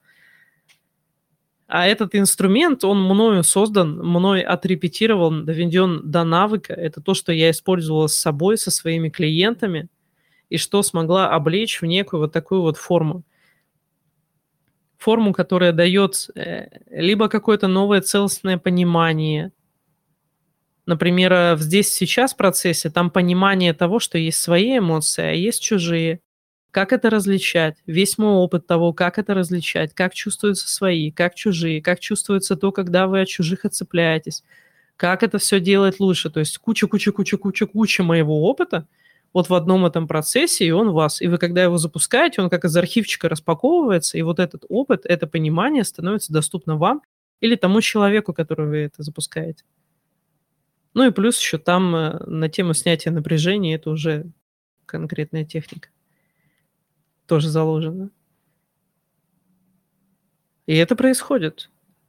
А этот инструмент, он мною создан, мной отрепетирован, доведен до навыка. Это то, что я использовала с собой, со своими клиентами, и что смогла облечь в некую вот такую вот форму. Форму, которая дает э, либо какое-то новое целостное понимание. Например, э, в здесь сейчас процессе там понимание того, что есть свои эмоции, а есть чужие. Как это различать? Весь мой опыт того, как это различать, как чувствуются свои, как чужие, как чувствуется то, когда вы от чужих отцепляетесь, как это все делать лучше. То есть куча-куча-куча-куча-куча моего опыта вот в одном этом процессе, и он у вас. И вы, когда его запускаете, он как из архивчика распаковывается, и вот этот опыт, это понимание становится доступно вам или тому человеку, который вы это запускаете. Ну и плюс еще там э, на тему снятия напряжения это уже конкретная техника тоже заложена. И это происходит.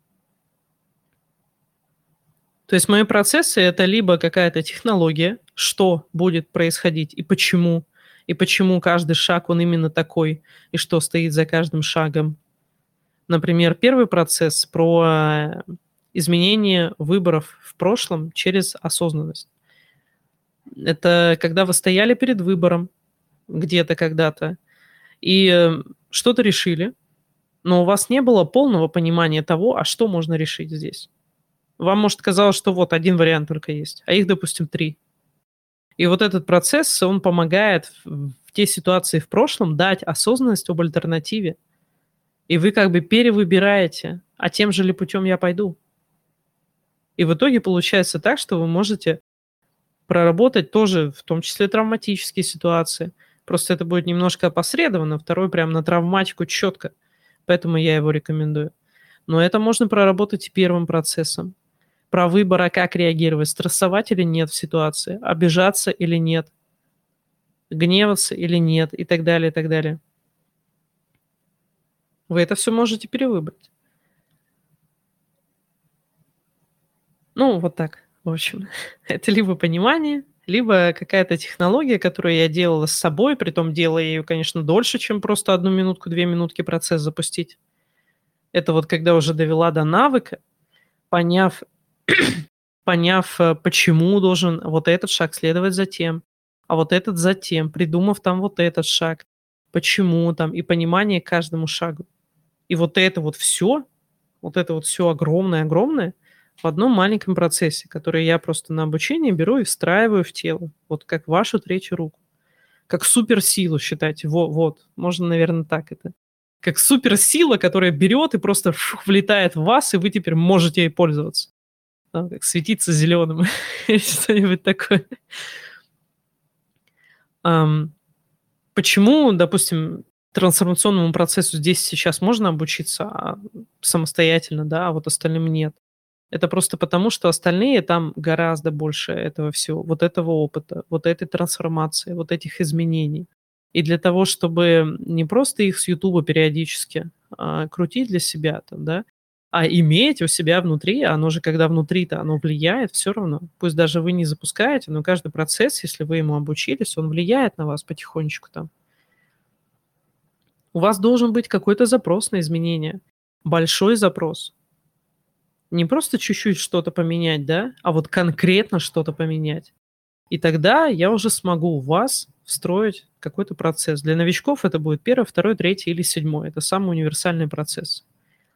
То есть мои процессы – это либо какая-то технология, что будет происходить и почему, и почему каждый шаг, он именно такой, и что стоит за каждым шагом. Например, первый процесс про э, изменение выборов в прошлом через осознанность. Это когда вы стояли перед выбором где-то когда-то и э, что-то решили, но у вас не было полного понимания того, а что можно решить здесь. Вам, может, казалось, что вот один вариант только есть, а их, допустим, три. И вот этот процесс, он помогает в в те ситуации в прошлом дать осознанность об альтернативе. И вы как бы перевыбираете, а тем же ли путем я пойду. И в итоге получается так, что вы можете проработать тоже, в том числе травматические ситуации. Просто это будет немножко опосредованно, второй прям на травматику четко. Поэтому я его рекомендую. Но это можно проработать и первым процессом. Про выбор, а как реагировать, стрессовать или нет в ситуации, обижаться или нет, гневаться или нет и так далее, и так далее. Вы это все можете перевыбрать. Ну, вот так, в общем. Это либо понимание, либо какая-то технология, которую я делала с собой, притом делая ее, конечно, дольше, чем просто одну минутку, две минутки процесс запустить. Это вот когда уже довела до навыка, поняв, поняв, э, почему должен вот этот шаг следовать за тем, а вот этот за тем, придумав там вот этот шаг, почему там, и понимание к каждому шагу. И вот это вот все, вот это вот все огромное-огромное в одном маленьком процессе, который я просто на обучение беру и встраиваю в тело, вот как вашу третью руку, как суперсилу считайте. Во вот, можно, наверное, так это как суперсила, которая берет и просто фух, влетает в вас, и вы теперь можете ей пользоваться. Да, как светиться зеленым или что-нибудь такое. Ам, почему, допустим, трансформационному процессу здесь сейчас можно обучиться, а, самостоятельно, да, а вот остальным нет? Это просто потому, что остальные там гораздо больше этого всего, вот этого опыта, вот этой трансформации, вот этих изменений. И для того, чтобы не просто их с "Ютуба" периодически, а, крутить для себя там, да, а иметь у себя внутри, оно же когда внутри-то, оно влияет все равно. Пусть даже вы не запускаете, но каждый процесс, если вы ему обучились, он влияет на вас потихонечку там. У вас должен быть какой-то запрос на изменения, большой запрос. Не просто чуть-чуть что-то поменять, да, а вот конкретно что-то поменять. И тогда я уже смогу в вас встроить какой-то процесс. Для новичков это будет первый, второй, третий или седьмой. Это самый универсальный процесс.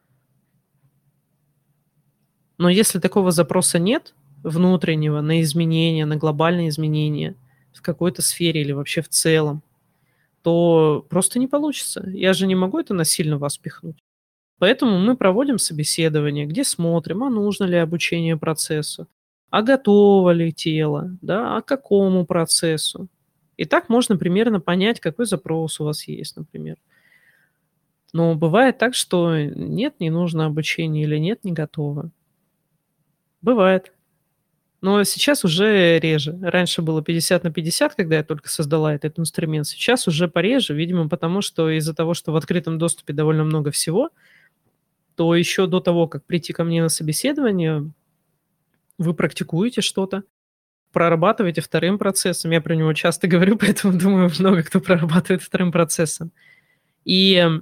Но если такого запроса нет внутреннего на изменения, на глобальные изменения в какой-то сфере или вообще в целом, то просто не получится. Я же не могу это насильно в вас впихнуть. Поэтому мы проводим собеседование, где смотрим, а нужно ли обучение процессу, а готово ли тело, да, а к какому процессу. И так можно примерно понять, какой запрос у вас есть, например. Но бывает так, что нет, не нужно обучение или нет, не готово. Бывает. Но сейчас уже реже. Раньше было пятьдесят на пятьдесят, когда я только создала этот инструмент. Сейчас уже пореже, видимо, потому что из-за того, что в открытом доступе довольно много всего, то еще до того, как прийти ко мне на собеседование, вы практикуете что-то, прорабатываете вторым процессом. Я про него часто говорю, поэтому думаю, много кто прорабатывает вторым процессом. И м,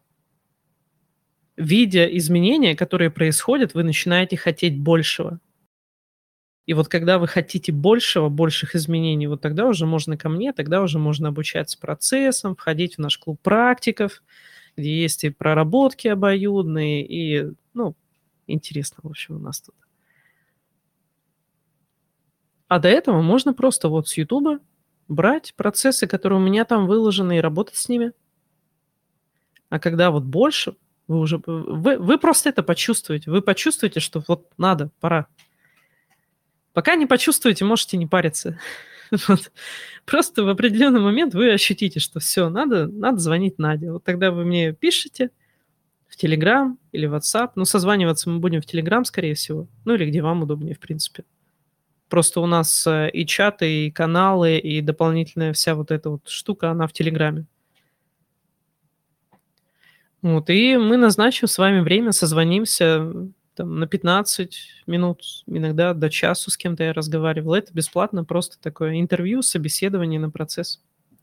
видя изменения, которые происходят, вы начинаете хотеть большего. И вот когда вы хотите большего, больших изменений, вот тогда уже можно ко мне, тогда уже можно обучаться процессам, входить в наш клуб практиков, где есть и проработки обоюдные, и, ну, интересно, в общем, у нас тут. А до этого можно просто вот с "Ютуба" брать процессы, которые у меня там выложены, и работать с ними. А когда вот больше, вы уже п вы вы просто это почувствуете. Вы почувствуете, что вот надо, пора. Пока не почувствуете, можете не париться. Вот. Просто в определенный момент вы ощутите, что все, надо надо звонить Наде. Вот тогда вы мне пишете в "Телеграм" или WhatsApp. Ну, созваниваться мы будем в "Телеграм", скорее всего. Ну, или где вам удобнее, в принципе. Просто у нас, э, и чаты, и каналы, и дополнительная вся вот эта вот штука, она в "Телеграме". Вот, и мы назначим с вами время, созвонимся, м, там на пятнадцать минут, иногда до часу с кем-то я разговаривал. Это бесплатно, просто такое интервью, собеседование на процесс.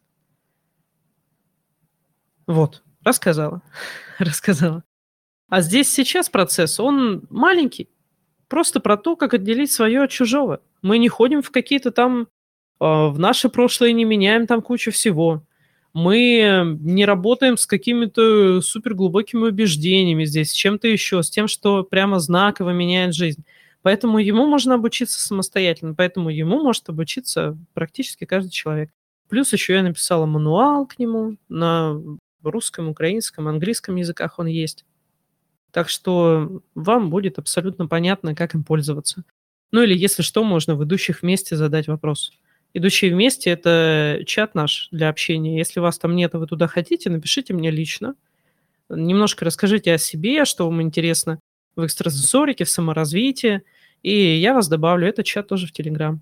Вот, рассказала, рассказала. А здесь сейчас процесс, он маленький, просто про то, как отделить свое от чужого. Мы не ходим в какие-то там, а, в наше прошлое не меняем там кучу всего. Мы не работаем с какими-то суперглубокими убеждениями здесь, с чем-то еще, с тем, что прямо знаково меняет жизнь. Поэтому ему можно обучиться самостоятельно, поэтому ему может обучиться практически каждый человек. Плюс еще я написала мануал к нему на русском, украинском, английском языках он есть. Так что вам будет абсолютно понятно, как им пользоваться. Ну или, если что, можно в идущих вместе задать вопрос. Идущие вместе — это чат наш для общения. Если вас там нет, а вы туда хотите, напишите мне лично. Немножко расскажите о себе, что вам интересно в экстрасенсорике, в саморазвитии, и я вас добавлю. Это чат тоже в Телеграм.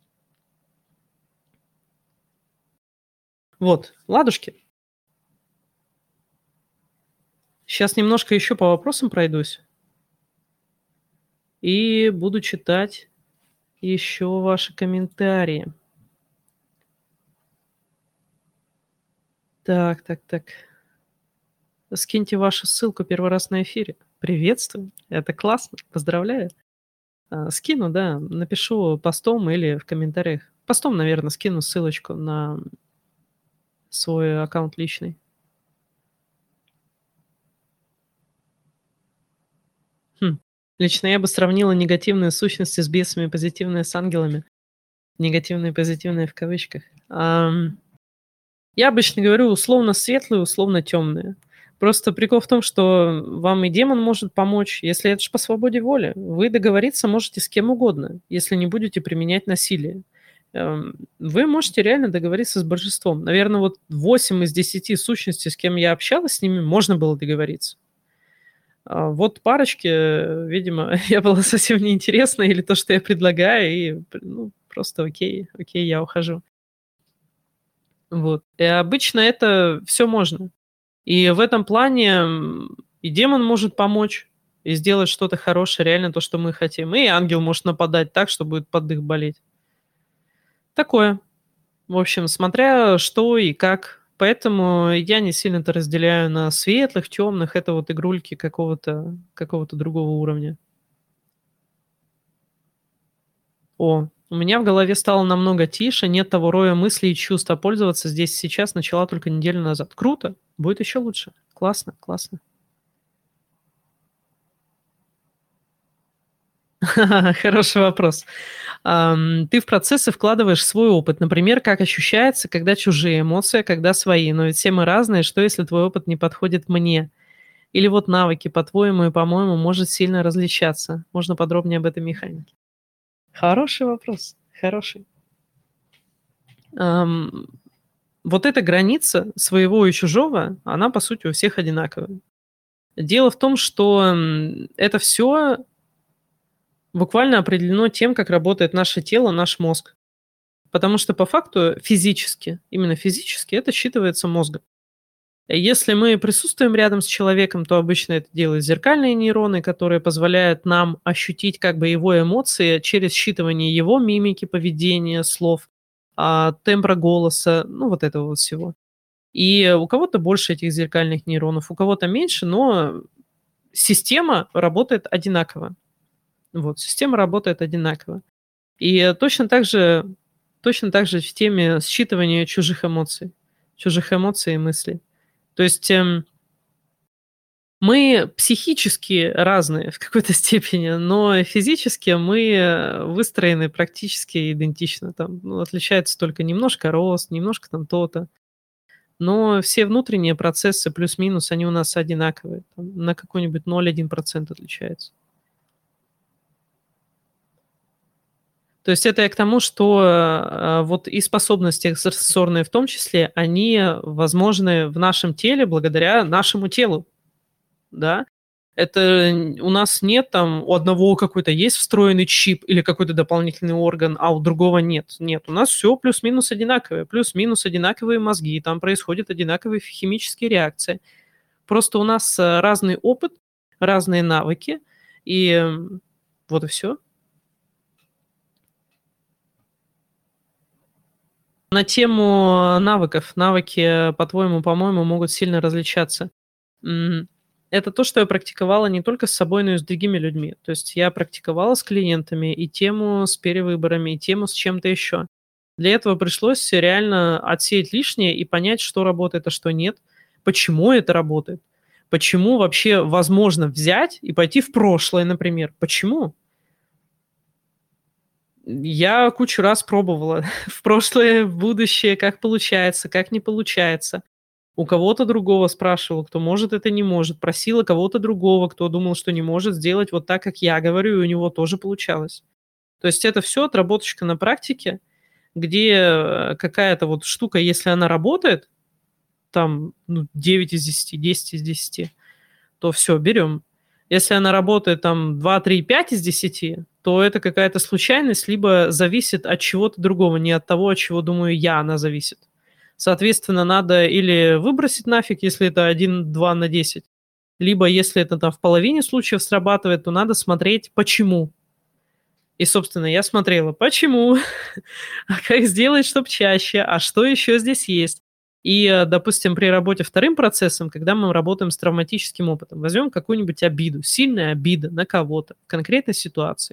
Вот, ладушки. Сейчас немножко еще по вопросам пройдусь и буду читать еще ваши комментарии. Так, так, так. Скиньте вашу ссылку, первый раз на эфире. Приветствую, это классно, поздравляю. А, скину, да, напишу постом или в комментариях. Постом, наверное, скину ссылочку на свой аккаунт личный. Хм. Лично я бы сравнила негативные сущности с бесами, позитивные с ангелами. Негативные, позитивные в кавычках. Ам, я обычно говорю условно светлые, условно темные. Просто прикол в том, что вам и демон может помочь, если это ж по свободе воли. Вы договориться можете с кем угодно, если не будете применять насилие. Эм, вы можете реально договориться с божеством. Наверно, вот восемь из десяти сущностей, с кем я общалась, с ними можно было договориться. А вот парочке, э, видимо, я была совсем неинтересна, или то, что я предлагаю, и п ну, просто окей, окей, я ухожу. Вот. И обычно это всё можно. И в этом плане, м, и демон может помочь, и сделать что-то хорошее, реально то, что мы хотим. И ангел может нападать так, что будет под дых болеть. Такое. В общем, смотря что и как. Поэтому я не сильно-то разделяю на светлых, тёмных. Это вот игрульки какого-то какого-то другого уровня. О, у меня в голове стало намного тише, нет того роя мыслей и чувств, а пользоваться здесь и сейчас начала только неделю назад. Круто! Будет ещё лучше. Классно, классно. Хороший вопрос. Ам, ты в процессы вкладываешь свой опыт. Например, как ощущается, когда чужие эмоции, а когда свои. Но ведь все мы разные. Что, если твой опыт не подходит мне? Или вот навыки, по-твоему и по-моему, может сильно различаться? Можно подробнее об этой механике? Хороший вопрос, хороший. Ам, вот эта граница своего и чужого, она, по сути, у всех одинаковая. Дело в том, что, м, это всё буквально определено тем, как работает наше тело, наш мозг. Потому что по факту физически, именно физически это считывается мозгом. Если мы присутствуем рядом с человеком, то обычно это делают зеркальные нейроны, которые позволяют нам ощутить как бы его эмоции через считывание его мимики, поведения, слов, а, тембра голоса, ну, вот этого вот всего. И у кого-то больше этих зеркальных нейронов, у кого-то меньше, но система работает одинаково. Вот, система работает одинаково. И точно так же точно так же в теме считывания чужих эмоций, чужих эмоций и мыслей. То есть, эм мы психически разные в какой-то степени, но физически мы, э, выстроены практически идентично. Там, ну, отличается только немножко рост, немножко там то-то. Но все внутренние процессы плюс-минус, они у нас одинаковые. Там на какой-нибудь ноль один процент отличаются. То есть это я к тому, что, а, вот и способности экстрасенсорные в том числе, они возможны в нашем теле благодаря нашему телу. Да? Это н у нас нет там, у одного какой-то есть встроенный чип или какой-то дополнительный орган, а у другого нет. Нет, у нас всё плюс-минус одинаковое. Плюс-минус одинаковые мозги, там происходят одинаковые ф химические реакции. Просто у нас, э, разный опыт, разные навыки, и, м, вот и всё. На тему навыков. Навыки, по-твоему, по-моему, могут сильно различаться. М, это то, что я практиковала не только с собой, но и с другими людьми. То есть я практиковала с клиентами и тему с перевыборами, и тему с чем-то еще. Для этого пришлось реально отсеять лишнее и понять, что работает, а что нет, почему это работает, почему вообще возможно взять и пойти в прошлое, например. Почему? Я кучу раз пробовала в прошлое, в будущее, как получается, как не получается. У кого-то другого спрашивала, кто может это, не может. Просила кого-то другого, кто думал, что не может сделать вот так, как я говорю, и у него тоже получалось. То есть это всё отработочка на практике, где, э, какая-то вот штука, если она работает, там, ну, девять из десяти, десять из десяти, то всё, берем. Если она работает там два три пять из десяти, то это какая-то случайность, либо зависит от чего-то другого, не от того, от чего думаю я, она зависит. Соответственно, надо или выбросить нафиг, если это один два на десять, либо если это там в половине случаев срабатывает, то надо смотреть почему. И, собственно, я смотрела: почему? А как сделать, чтоб чаще? А что еще здесь есть? И, э, допустим, при работе вторым процессом, когда мы работаем с травматическим опытом, возьмем какую-нибудь обиду, сильная обида на кого-то в конкретной ситуации.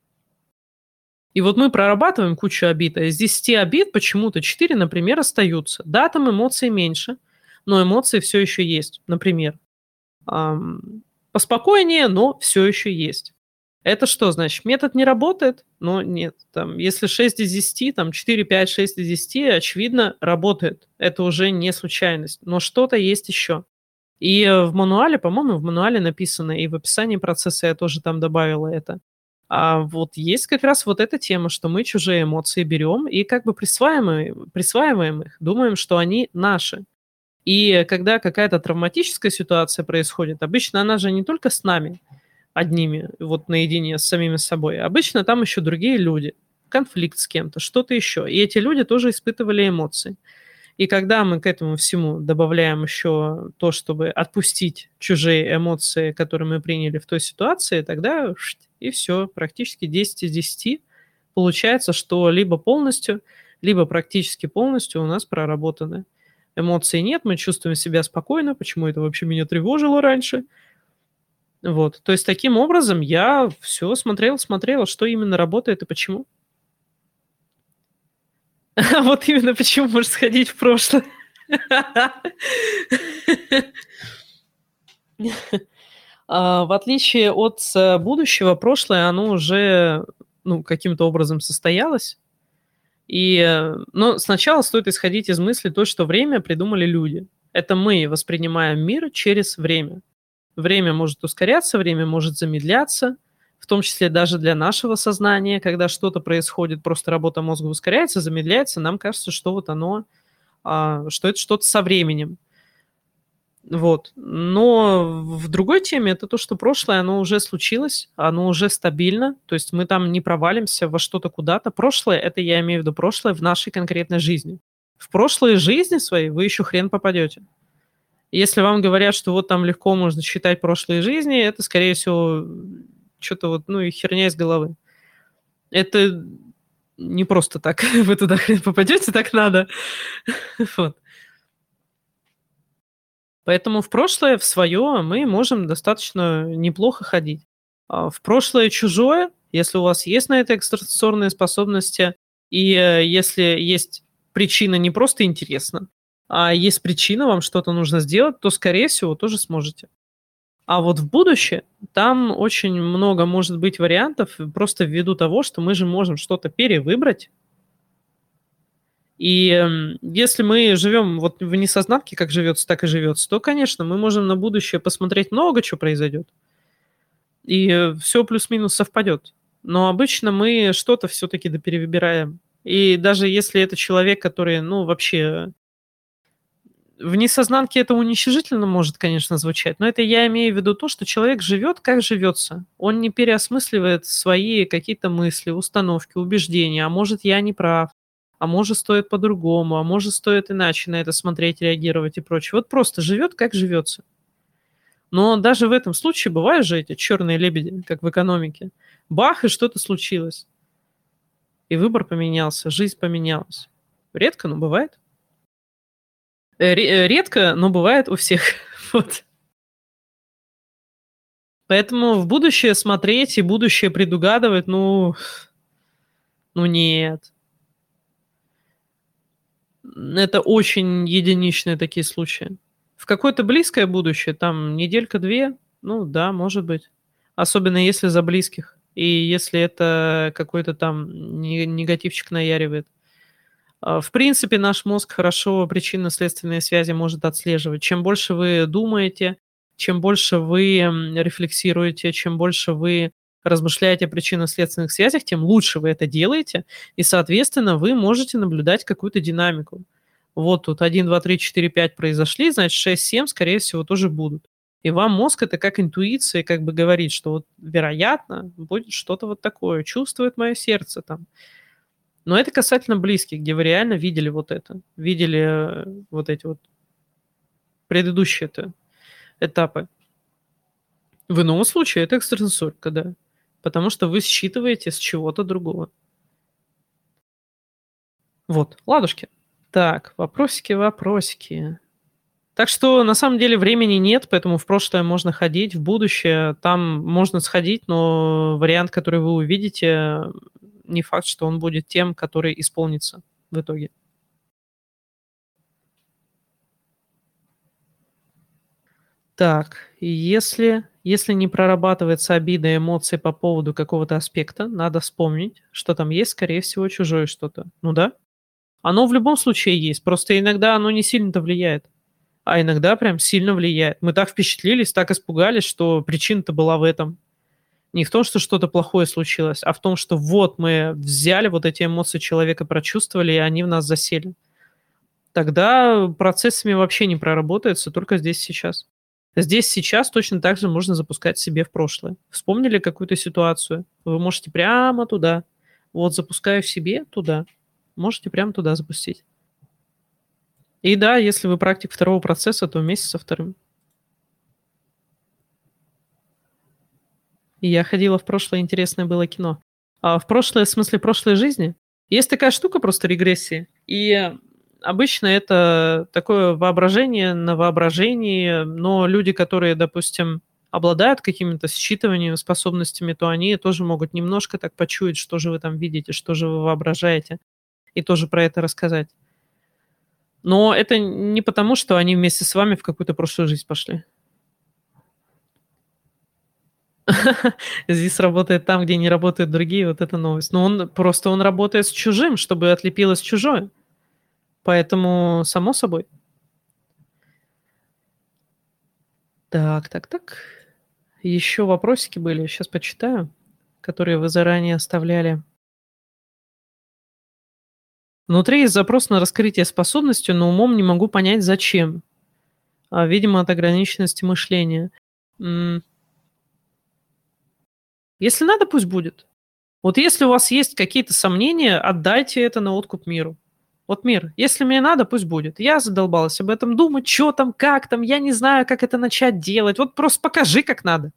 И вот мы прорабатываем кучу обид, а из десяти обид почему-то четыре, например, остаются. Да, там эмоций меньше, но эмоции всё еще есть. Например, ам, поспокойнее, но всё еще есть. Это что значит? Метод не работает? Ну, нет. Там, если шесть из десяти, там четыре пять шесть из десяти, очевидно, работает. Это уже не случайность, но что-то есть еще. И э, в мануале, по-моему, в мануале написано, и в описании процесса я тоже там добавила это. А вот есть как раз вот эта тема, что мы чужие эмоции берем и как бы присваиваем, присваиваем их, думаем, что они наши. И когда какая-то травматическая ситуация происходит, обычно она же не только с нами одними, вот наедине с самими собой. Обычно там еще другие люди, конфликт с кем-то, что-то еще. И эти люди тоже испытывали эмоции. И когда мы к этому всему добавляем еще то, чтобы отпустить чужие эмоции, которые мы приняли в той ситуации, тогда шт, и все, практически десять из десяти получается, что либо полностью, либо практически полностью у нас проработаны. Эмоций нет, мы чувствуем себя спокойно, почему это вообще меня тревожило раньше. Вот, то есть таким образом я все смотрел, смотрел, что именно работает и почему. А вот именно почему можно сходить в прошлое. А, В отличие от э, будущего, прошлое, оно уже ну, каким-то образом состоялось. И, э, но сначала стоит исходить из мысли то, что время придумали люди. Это мы воспринимаем мир через время. Время может ускоряться, время может замедляться, в том числе даже для нашего сознания, когда что-то происходит, просто работа мозга ускоряется, замедляется, нам кажется, что вот оно, а, что это что-то со временем. Вот. Но в другой теме это то, что прошлое, оно уже случилось, оно уже стабильно, то есть мы там не провалимся во что-то куда-то. Прошлое, это я имею в виду прошлое в нашей конкретной жизни. В прошлые жизни свои вы еще хрен попадете. Если вам говорят, что вот там легко можно считать прошлые жизни, это, скорее всего, что-то вот, ну и херня из головы. Это не просто так вы туда хрен попадете, так надо. Вот. Поэтому в прошлое, в свое мы можем достаточно неплохо ходить. А в прошлое чужое, если у вас есть на это экстрасенсорные способности, и э, если есть причина не просто интересно, а есть причина, вам что-то нужно сделать, то, скорее всего, тоже сможете. А вот в будущее там очень много может быть вариантов, просто ввиду того, что мы же можем что-то перевыбрать. И эм, если мы живем вот в несознанке, как живется, так и живется, то, конечно, мы можем на будущее посмотреть много чего произойдет, и все плюс-минус совпадет. Но обычно мы что-то все-таки доперевыбираем. И даже если это человек, который, ну, вообще в несознанке это уничижительно может, конечно, звучать, но это я имею в виду то, что человек живет, как живется. Он не переосмысливает свои какие-то мысли, установки, убеждения. А может, я не прав, а может, стоит по-другому, а может, стоит иначе на это смотреть, реагировать и прочее. Вот просто живет, как живется. Но даже в этом случае бывают же эти черные лебеди, как в экономике. Бах, и что-то случилось. И выбор поменялся, жизнь поменялась. Редко, но бывает. Э, ре- э, Редко, но бывает у всех. Вот. Поэтому в будущее смотреть и будущее предугадывать, ну, ну нет. Это очень единичные такие случаи. В какое-то близкое будущее, там неделька-две, ну да, может быть. Особенно если за близких. И если это какой-то там не- негативчик наяривает. А, В принципе, наш мозг хорошо причинно-следственные связи может отслеживать. Чем больше вы думаете, чем больше вы м, рефлексируете, чем больше вы размышляете о причинно-следственных связях, тем лучше вы это делаете, и, соответственно, вы можете наблюдать какую-то динамику. Вот тут один, два, три, четыре, пять произошли, значит, шесть, семь, скорее всего, тоже будут. И вам мозг это как интуиция как бы говорит, что вот вероятно будет что-то вот такое, чувствует мое сердце там. Но это касательно близких, где вы реально видели вот это, видели э, вот эти вот предыдущие это этапы. В ином случае это экстрасенсорика, да. Потому что вы считываете с чего-то другого. Вот, ладушки. Так, вопросики, вопросики. Так что на самом деле времени нет, поэтому в прошлое можно ходить, в будущее там можно сходить, но вариант, который вы увидите, не факт, что он будет тем, который исполнится в итоге. Так, и если если не прорабатывается обида, эмоции по поводу какого-то аспекта, надо вспомнить, что там есть, скорее всего, чужое что-то. Ну да, оно в любом случае есть, просто иногда оно не сильно-то влияет. а иногда прям сильно влияет. Мы так впечатлились, так испугались, что причина-то была в этом. Не в том, что что-то плохое случилось, а в том, что вот мы взяли вот эти эмоции человека, прочувствовали, и они в нас засели. Тогда процессами вообще не проработается, только здесь сейчас. Здесь сейчас точно так же можно запускать себе в прошлое. Вспомнили какую-то ситуацию, вы можете прямо туда. Вот запускаю в себе туда. Можете прямо туда запустить. И да, если вы практик второго процесса, то вместе со вторым. И я ходила в прошлое, интересное было кино. А в прошлое, в смысле прошлой жизни, есть такая штука просто регрессии. И обычно это такое воображение на воображении, но люди, которые, допустим, обладают какими-то считываниями, способностями, то они тоже могут немножко так почуять, что же вы там видите, что же вы воображаете, и тоже про это рассказать. Но это не потому, что они вместе с вами в какую-то прошлую жизнь пошли. Здесь работает там, где не работают другие, вот это новость. Но он просто он работает с чужим, чтобы отлепилось чужое. Поэтому само собой. Так, так, так. Еще вопросики были, сейчас почитаю, которые вы заранее оставляли. Внутри есть запрос на раскрытие способностью, но умом не могу понять, зачем. А, видимо, от ограниченности мышления. М. Если надо, пусть будет. Вот если у вас есть какие-то сомнения, отдайте это на откуп миру. Вот мир, если мне надо, пусть будет. Я задолбалась об этом думать, что там, как там, я не знаю, как это начать делать. Вот просто покажи, как надо.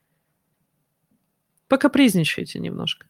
Покапризничайте немножко.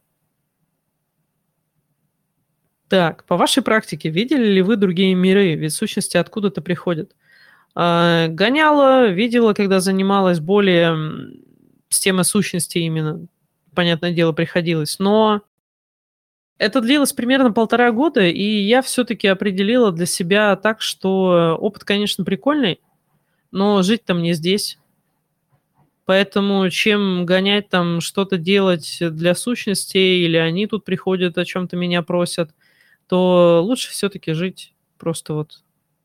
Так, по вашей практике, видели ли вы другие миры? Ведь сущности откуда-то приходят. А, гоняла, видела, когда занималась более м, с темой сущности именно. Понятное дело, приходилось. Но это длилось примерно полтора года, и я все-таки определила для себя так, что опыт, конечно, прикольный, но жить-то мне здесь. Поэтому чем гонять там, что-то делать для сущностей, или они тут приходят, о чем-то меня просят, то лучше все-таки жить просто вот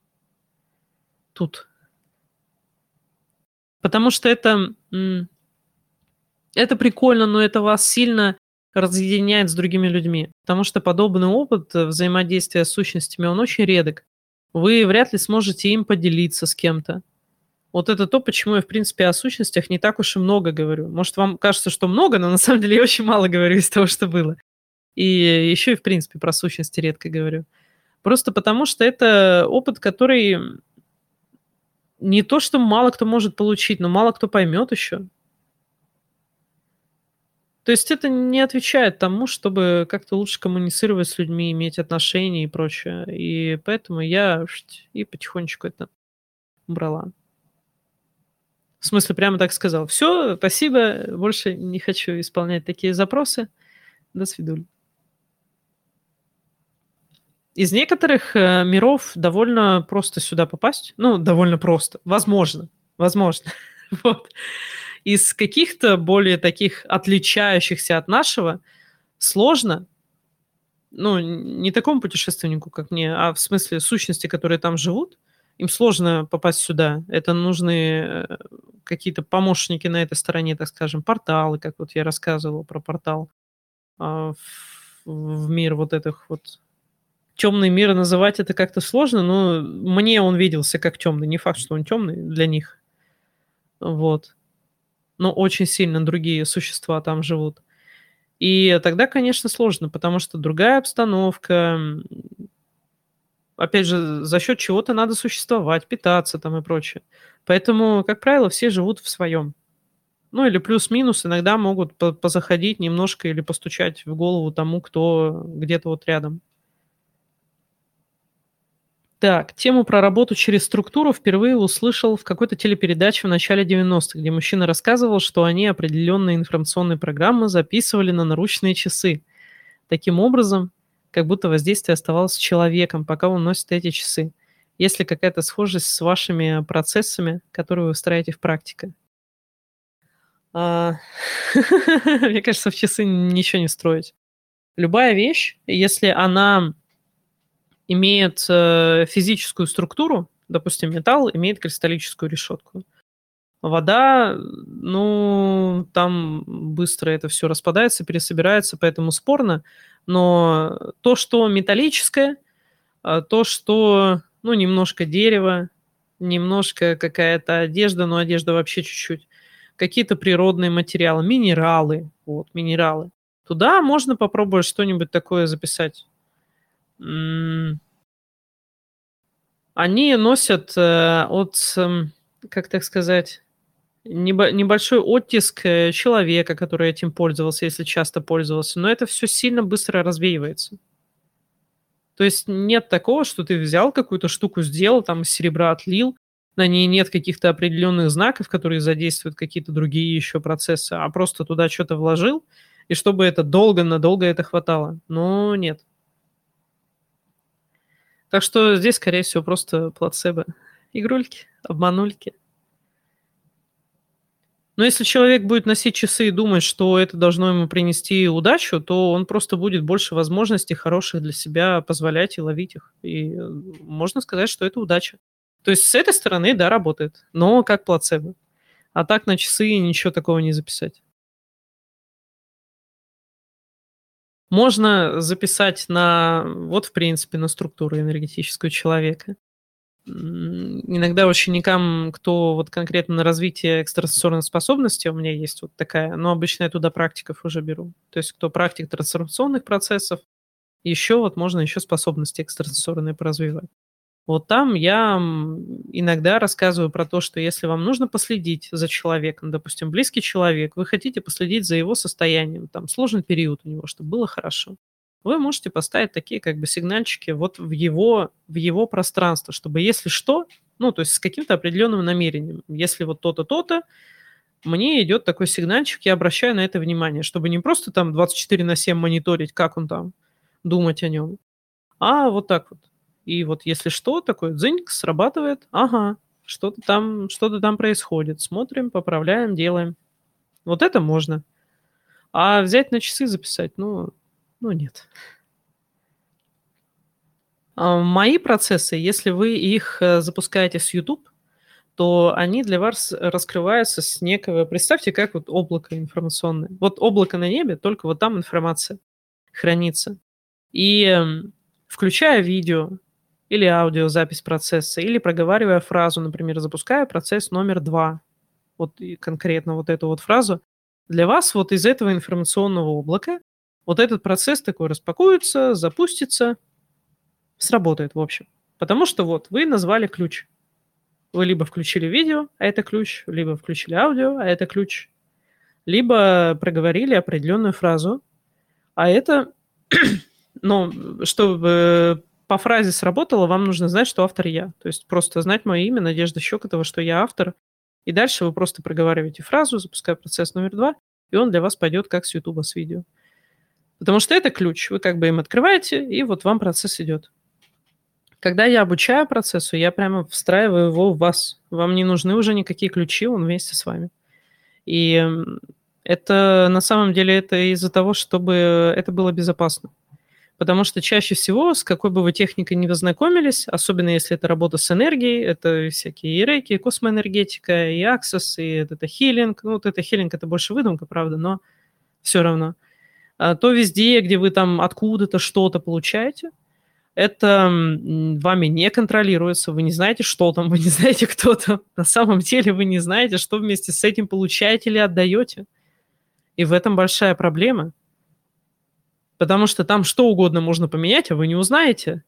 тут. Потому что это, м, это прикольно, но это вас сильно разъединяет с другими людьми. Потому что подобный опыт э, взаимодействия с сущностями, он очень редок. Вы вряд ли сможете им поделиться с кем-то. Вот это то, почему я, в принципе, о сущностях не так уж и много говорю. Может, вам кажется, что много, но на самом деле я очень мало говорю из того, что было. И еще и, в принципе, про сущности редко говорю. Просто потому, что это опыт, который не то, что мало кто может получить, но мало кто поймет еще. То есть это не отвечает тому, чтобы как-то лучше коммуницировать с людьми, иметь отношения и прочее. И поэтому я шть, и потихонечку это убрала. В смысле, прямо так сказал: все, спасибо, больше не хочу исполнять такие запросы. До свидули. Из некоторых, э, миров довольно просто сюда попасть. Ну, довольно просто. Возможно, возможно. Вот. Из каких-то более таких отличающихся от нашего сложно. Ну, н не такому путешественнику, как мне, а в смысле сущности, которые там живут. Им сложно попасть сюда. Это нужны, э, какие-то помощники на этой стороне, так скажем, порталы, как вот я рассказывал про портал, а, в в мир вот этих вот. Темный мир называть это как-то сложно, но мне он виделся как темный. Не факт, что он темный для них. Вот. Но очень сильно другие существа там живут. И тогда, конечно, сложно, потому что другая обстановка. м, Опять же, за счет чего-то надо существовать, питаться там и прочее. Поэтому, как правило, все живут в своем. Ну или плюс-минус иногда могут по- позаходить немножко или постучать в голову тому, кто где-то вот рядом. Так, тему про работу через структуру впервые услышал в какой-то телепередаче в начале девяностых, где мужчина рассказывал, что они определенные информационные программы записывали на наручные часы. Таким образом, как будто воздействие оставалось с человеком, пока он носит эти часы. Есть ли какая-то схожесть с вашими процессами, которые вы выстраиваете в практике? А, Мне кажется, в часы ничего не строить. Любая вещь, если она имеет э, физическую структуру, Допустим, металл имеет кристаллическую решетку. Вода, ну, там быстро это все распадается, пересобирается, поэтому спорно. Но то, что металлическое, а, то, что, ну, немножко дерева, немножко какая-то одежда, но одежда вообще чуть-чуть, какие-то природные материалы, минералы, вот, минералы. Туда можно попробовать что-нибудь такое записать. М, Они носят э, от, эм, как так сказать, Небо небольшой оттиск, э, человека, который этим пользовался, если часто пользовался, но это все сильно быстро развеивается. То есть нет такого, что ты взял какую-то штуку, сделал, там из серебра отлил, на ней нет каких-то определенных знаков, которые задействуют какие-то другие еще процессы, а просто туда что то вложил, и чтобы это долго, надолго это хватало. Но нет. Так что здесь, скорее всего, просто плацебо. Игрульки, обманульки. Но если человек будет носить часы и думать, что это должно ему принести удачу, то он просто будет больше возможностей хороших для себя позволять и ловить их. И э, можно сказать, что это удача. То есть с этой стороны, да, работает, но как плацебо. А так на часы ничего такого не записать. Можно записать на, вот в принципе, на структуру энергетическую человека. М, иногда ученикам, кто вот конкретно на развитие экстрасенсорных способностей, у меня есть вот такая, но обычно я туда практиков уже беру. То есть кто практик трансформационных процессов, еще вот можно еще способности экстрасенсорные поразвивать. Вот там я м, иногда рассказываю про то, что если вам нужно последить за человеком, допустим, близкий человек, вы хотите последить за его состоянием, там сложный период у него, чтобы было хорошо, вы можете поставить такие как бы сигнальчики вот в его, в его пространство, чтобы если что, ну, то есть с каким-то определенным намерением, если вот то-то, то-то, мне идет такой сигнальчик, я обращаю на это внимание, чтобы не просто там двадцать четыре на семь мониторить, как он там, думать о нем, а вот так вот. И вот если что, такой дзыньк, срабатывает. Ага, что-то там, что-то там происходит. Смотрим, поправляем, делаем. Вот это можно. А взять на часы записать, ну, ну нет. А, мои процессы, если вы их э, запускаете с YouTube, то они для вас раскрываются с некого... Представьте, как вот облако информационное. Вот облако на небе, только вот там информация хранится. И м, включая видео или аудиозапись процесса, или проговаривая фразу, например, запуская процесс номер два, вот и конкретно вот эту вот фразу, для вас вот из этого информационного облака вот этот процесс такой распакуется, запустится, сработает в общем. Потому что вот вы назвали ключ. Вы либо включили видео, а это ключ, либо включили аудио, а это ключ, либо проговорили определенную фразу, а это, ну, чтобы по фразе сработало, вам нужно знать, что автор я. То есть просто знать мое имя, Надежда Щекотова, что я автор. И дальше вы просто проговариваете фразу, запуская процесс номер два, и он для вас пойдет как с Ютуба с видео. Потому что это ключ. Вы как бы им открываете, и вот вам процесс идет. Когда я обучаю процессу, я прямо встраиваю его в вас. Вам не нужны уже никакие ключи, он вместе с вами. И м, это на самом деле это из-за того, чтобы это было безопасно. Потому что чаще всего, с какой бы вы техникой ни познакомились, особенно если это работа с энергией, это всякие и рейки, и космоэнергетика, и аксес, и это хилинг. Ну, вот это хилинг, это больше выдумка, правда, но все равно. А то везде, где вы там откуда-то что-то получаете, это м, вами не контролируется, вы не знаете, что там, вы не знаете, кто там. На самом деле вы не знаете, что вместе с этим получаете или отдаете. И в этом большая проблема. Потому что там что угодно можно поменять, а вы не узнаете.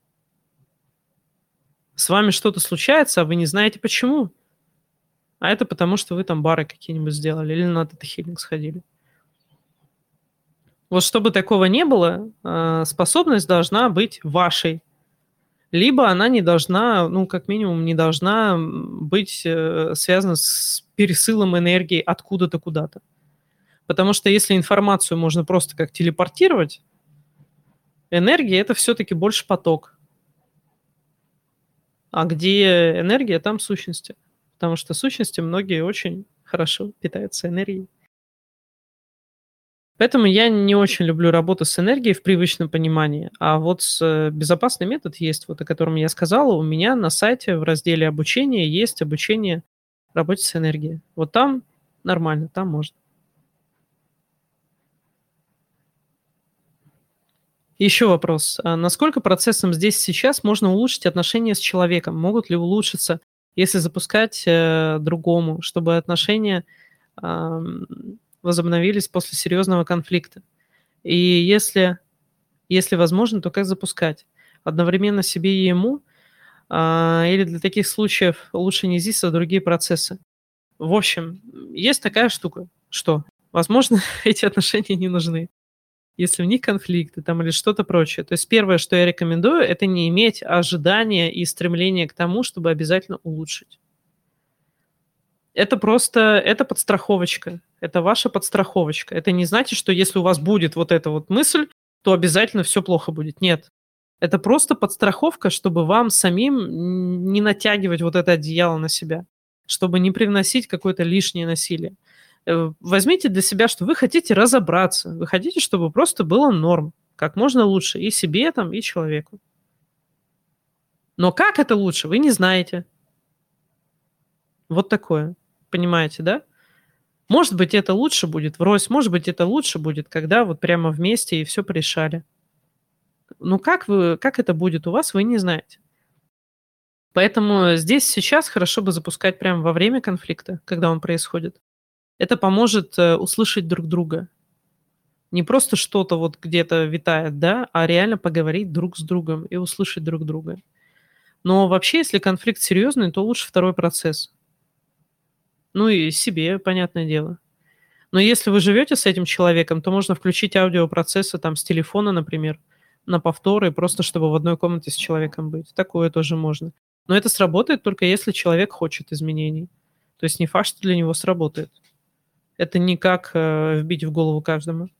С вами что-то случается, а вы не знаете почему. А это потому, что вы там бары какие-нибудь сделали или на тета-хилинг сходили. Вот чтобы такого не было, а, способность должна быть вашей. Либо она не должна, ну, как минимум, не должна м, быть э, связана с пересылом энергии откуда-то куда-то. Потому что если информацию можно просто как телепортировать, энергия это все-таки больше поток. А где энергия, там сущности. Потому что сущности многие очень хорошо питаются энергией. Поэтому я не очень люблю работу с энергией в привычном понимании. А вот с безопасный метод есть, вот о котором я сказала. У меня на сайте в разделе обучения есть обучение работе с энергией. Вот там нормально, там можно. Еще вопрос. А насколько процессом здесь и сейчас можно улучшить отношения с человеком? Могут ли улучшиться, если запускать э, другому, чтобы отношения ам, возобновились после серьезного конфликта? И если, если возможно, то как запускать? Одновременно себе и ему? А, или для таких случаев лучше не здесь, а другие процессы? В общем, есть такая штука, что, возможно, эти отношения не нужны, если в них конфликты там или что-то прочее. То есть первое, что я рекомендую, это не иметь ожидания и стремления к тому, чтобы обязательно улучшить. Это просто, это подстраховочка. Это ваша подстраховочка. Это не значит, что если у вас будет вот эта вот мысль, то обязательно все плохо будет. Нет. Это просто подстраховка, чтобы вам самим н- не натягивать вот это одеяло на себя, чтобы не привносить какое-то лишнее насилие. Э, Возьмите для себя, что вы хотите разобраться, вы хотите, чтобы просто было норм, как можно лучше и себе там, и человеку. Но как это лучше, вы не знаете. Вот такое. Понимаете, да? Может быть, это лучше будет врозь, может быть, это лучше будет, когда вот прямо вместе и все порешали. Ну как вы как это будет у вас, вы не знаете. Поэтому здесь сейчас хорошо бы запускать прямо во время конфликта, когда он происходит. Это поможет, э, услышать друг друга. Не просто что-то вот где-то витает, да, а реально поговорить друг с другом и услышать друг друга. Но вообще, если конфликт серьезный, то лучше второй процесс. Ну и себе, понятное дело. Но если вы живете с этим человеком, то можно включить аудиопроцессы там с телефона, например, на повторы, просто чтобы в одной комнате с человеком быть. Такое тоже можно. Но это сработает только если человек хочет изменений. То есть не факт, что для него сработает. Это не как э, вбить в голову каждому.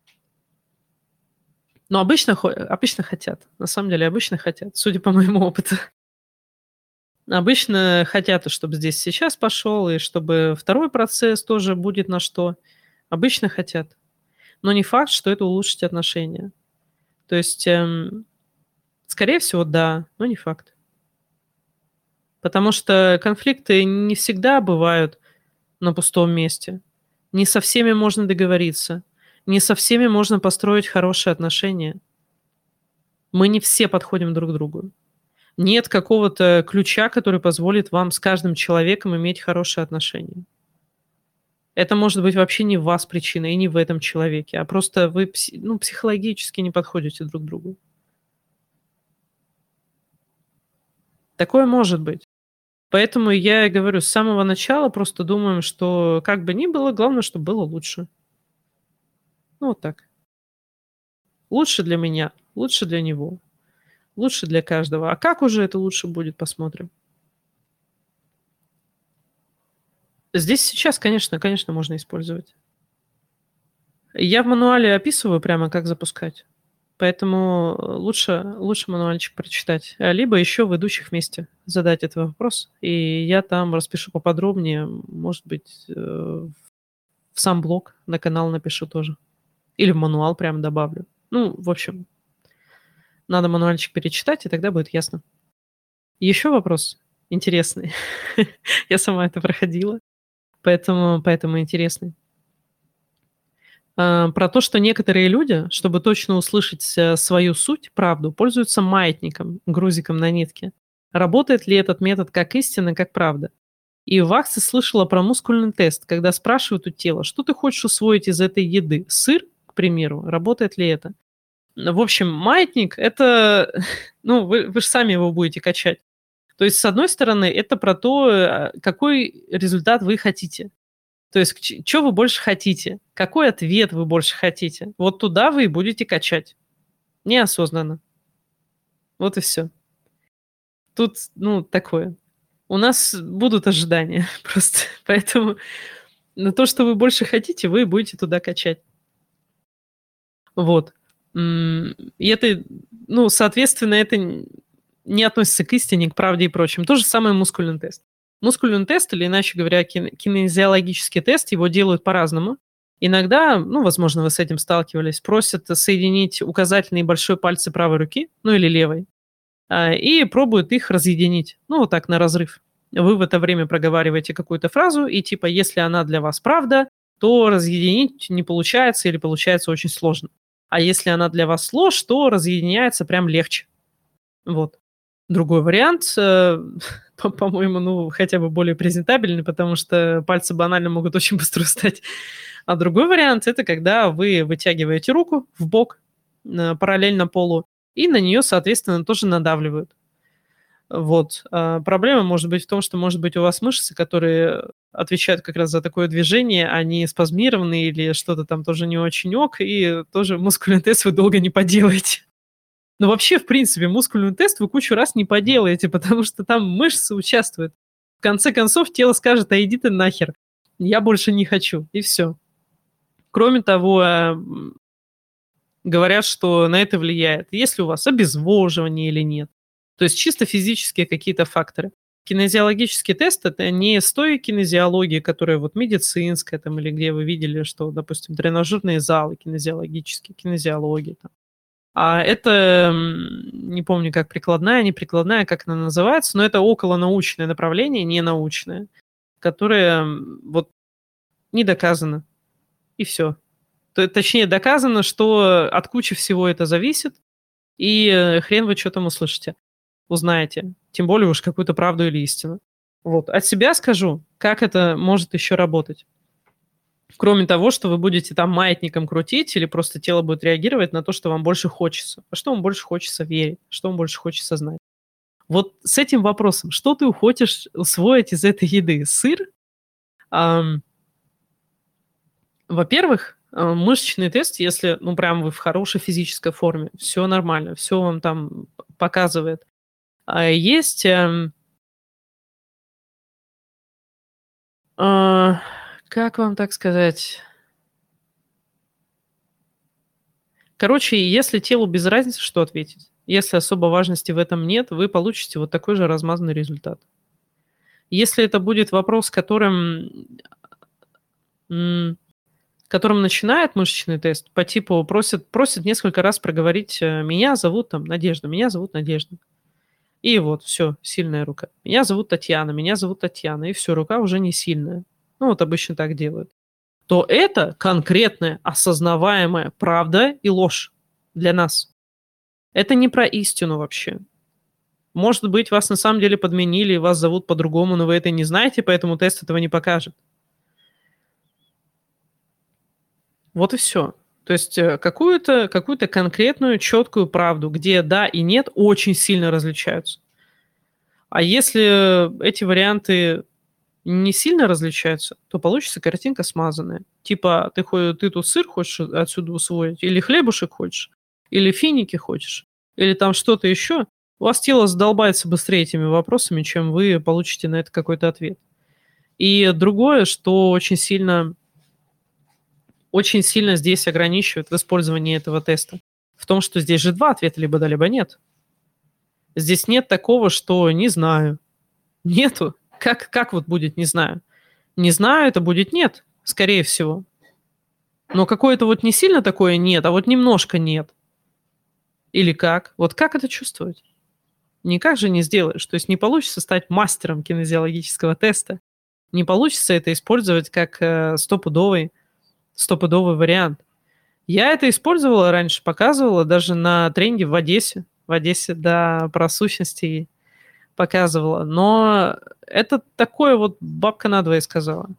Но обычно, хо- обычно хотят. На самом деле обычно хотят, судя по моему опыту. Обычно хотят, чтобы здесь сейчас пошел, и чтобы второй процесс тоже будет на что. Обычно хотят. Но не факт, что это улучшит отношения. То есть, эм, скорее всего, да, но не факт. Потому что конфликты не всегда бывают на пустом месте. Не со всеми можно договориться. Не со всеми можно построить хорошие отношения. Мы не все подходим друг к другу. Нет какого-то ключа, который позволит вам с каждым человеком иметь хорошие отношения. Это может быть вообще не в вас причина и не в этом человеке, а просто вы пси- ну, психологически не подходите друг другу. Такое может быть. Поэтому я и говорю, с самого начала просто думаем, что как бы ни было, главное, чтобы было лучше. Ну, вот так. Лучше для меня, лучше для него, лучше для каждого. А как уже это лучше будет, посмотрим. Здесь сейчас, конечно, конечно, можно использовать. Я в мануале описываю прямо, как запускать. Поэтому э, лучше, лучше мануальчик прочитать. А либо еще в идущих вместе задать этот вопрос. И я там распишу поподробнее. Может быть, э, в сам блог на канал напишу тоже. Или в мануал прям добавлю. Ну, в общем, надо мануальчик перечитать, и тогда будет ясно. Еще вопрос интересный. Я сама это проходила, поэтому, поэтому интересный. А, Про то, что некоторые люди, чтобы точно услышать э, свою суть, правду, пользуются маятником, грузиком на нитке. Работает ли этот метод как истина, как правда? И в акции слышала про мускульный тест, когда спрашивают у тела, что ты хочешь усвоить из этой еды? Сыр, к примеру, работает ли это? В общем, маятник — это, ну, вы, вы же сами его будете качать. То есть, с одной стороны, это про то, э, какой результат вы хотите. То есть, что вы больше хотите? Какой ответ вы больше хотите? Вот туда вы и будете качать. Неосознанно. Вот и все. Тут, ну, такое. У нас будут ожидания просто. Поэтому на то, что вы больше хотите, вы будете туда качать. Вот. М, И это, ну, соответственно, это н- не относится к истине, к правде и прочим. То же самое мускульный тест. Мускульный тест, или иначе говоря, кин- кинезиологический тест, его делают по-разному. Иногда, ну, возможно, вы с этим сталкивались, просят соединить указательный и большой пальцы правой руки, ну или левой, а, и пробуют их разъединить, ну, вот так на разрыв. Вы в это время проговариваете какую-то фразу, и типа, если она для вас правда, то разъединить не получается или получается очень сложно. А если она для вас ложь, то разъединяется прям легче. Вот. Другой вариант, э, по- по-моему, ну, хотя бы более презентабельный, потому что пальцы банально могут очень быстро устать. А другой вариант– это когда вы вытягиваете руку в бок, э, параллельно полу, и на нее, соответственно, тоже надавливают. Вот. А проблема может быть в том, что, может быть, у вас мышцы, которые отвечают как раз за такое движение, они спазмированы или что-то там тоже не очень ок, и тоже мускульный тест вы долго не поделаете. Но вообще, в принципе, мускульный тест вы кучу раз не поделаете, потому что там мышцы участвуют. В конце концов, тело скажет: а иди ты нахер, я больше не хочу, и все. Кроме того, а, м, говорят, что на это влияет, есть ли у вас обезвоживание или нет. То есть чисто физические какие-то факторы. Кинезиологический тест– это не с той кинезиологии, которая вот медицинская, там, или где вы видели, что, допустим, тренажерные залы кинезиологические, кинезиология. Там. А это, м, не помню, как прикладная, не прикладная, как она называется, но это околонаучное направление, не научное, которое м, вот не доказано. И все. Точнее, доказано, что от кучи всего это зависит, и э, хрен вы что там услышите, узнаете. Тем более уж какую-то правду или истину. Вот. От себя скажу, как это может еще работать. Кроме того, что вы будете там маятником крутить или просто тело будет реагировать на то, что вам больше хочется. А что вам больше хочется верить, что вам больше хочется знать. Вот с этим вопросом, что ты хочешь усвоить из этой еды? Сыр? Ам, во-первых, э, мышечный тест, если, ну, прям вы в хорошей физической форме, все нормально, все вам там показывает. А есть, эм, а, как вам так сказать? Короче, если телу без разницы, что ответить, если особо важности в этом нет, вы получите вот такой же размазанный результат. Если это будет вопрос, которым, м, которым начинает мышечный тест, по типу просят, просят несколько раз проговорить э, «меня зовут там Надежда», «меня зовут Надежда». И вот, все, сильная рука. «Меня зовут Татьяна», «меня зовут Татьяна», и все, рука уже не сильная. Ну, вот обычно так делают. То это конкретная, осознаваемая правда и ложь для нас. Это не про истину вообще. Может быть, вас на самом деле подменили, и вас зовут по-другому, но вы это не знаете, поэтому тест этого не покажет. Вот и все. То есть э, какую-то какую конкретную, четкую правду, где да и нет, очень сильно различаются. А если эти варианты не сильно различаются, то получится картинка смазанная. Типа, ты, хо- ты тут сыр хочешь отсюда усвоить, или хлебушек хочешь, или финики хочешь, или там что-то еще. У вас тело задолбается быстрее этими вопросами, чем вы получите на это какой-то ответ. И другое, что очень сильно, очень сильно здесь ограничивает в использовании этого теста, в том, что здесь же два ответа, либо да, либо нет. Здесь нет такого, что не знаю. Нету. Как, как вот будет не знаю? Не знаю, это будет нет, скорее всего. Но какое-то вот не сильно такое нет, а вот немножко нет. Или как? Вот как это чувствовать? Никак же не сделаешь. То есть не получится стать мастером кинезиологического теста. Не получится это использовать как э, стопудовый, стопудовый вариант. Я это использовала раньше, показывала даже на тренинге в Одессе. В Одессе, да, про сущности показывала. Но это такое вот бабка надвое сказала.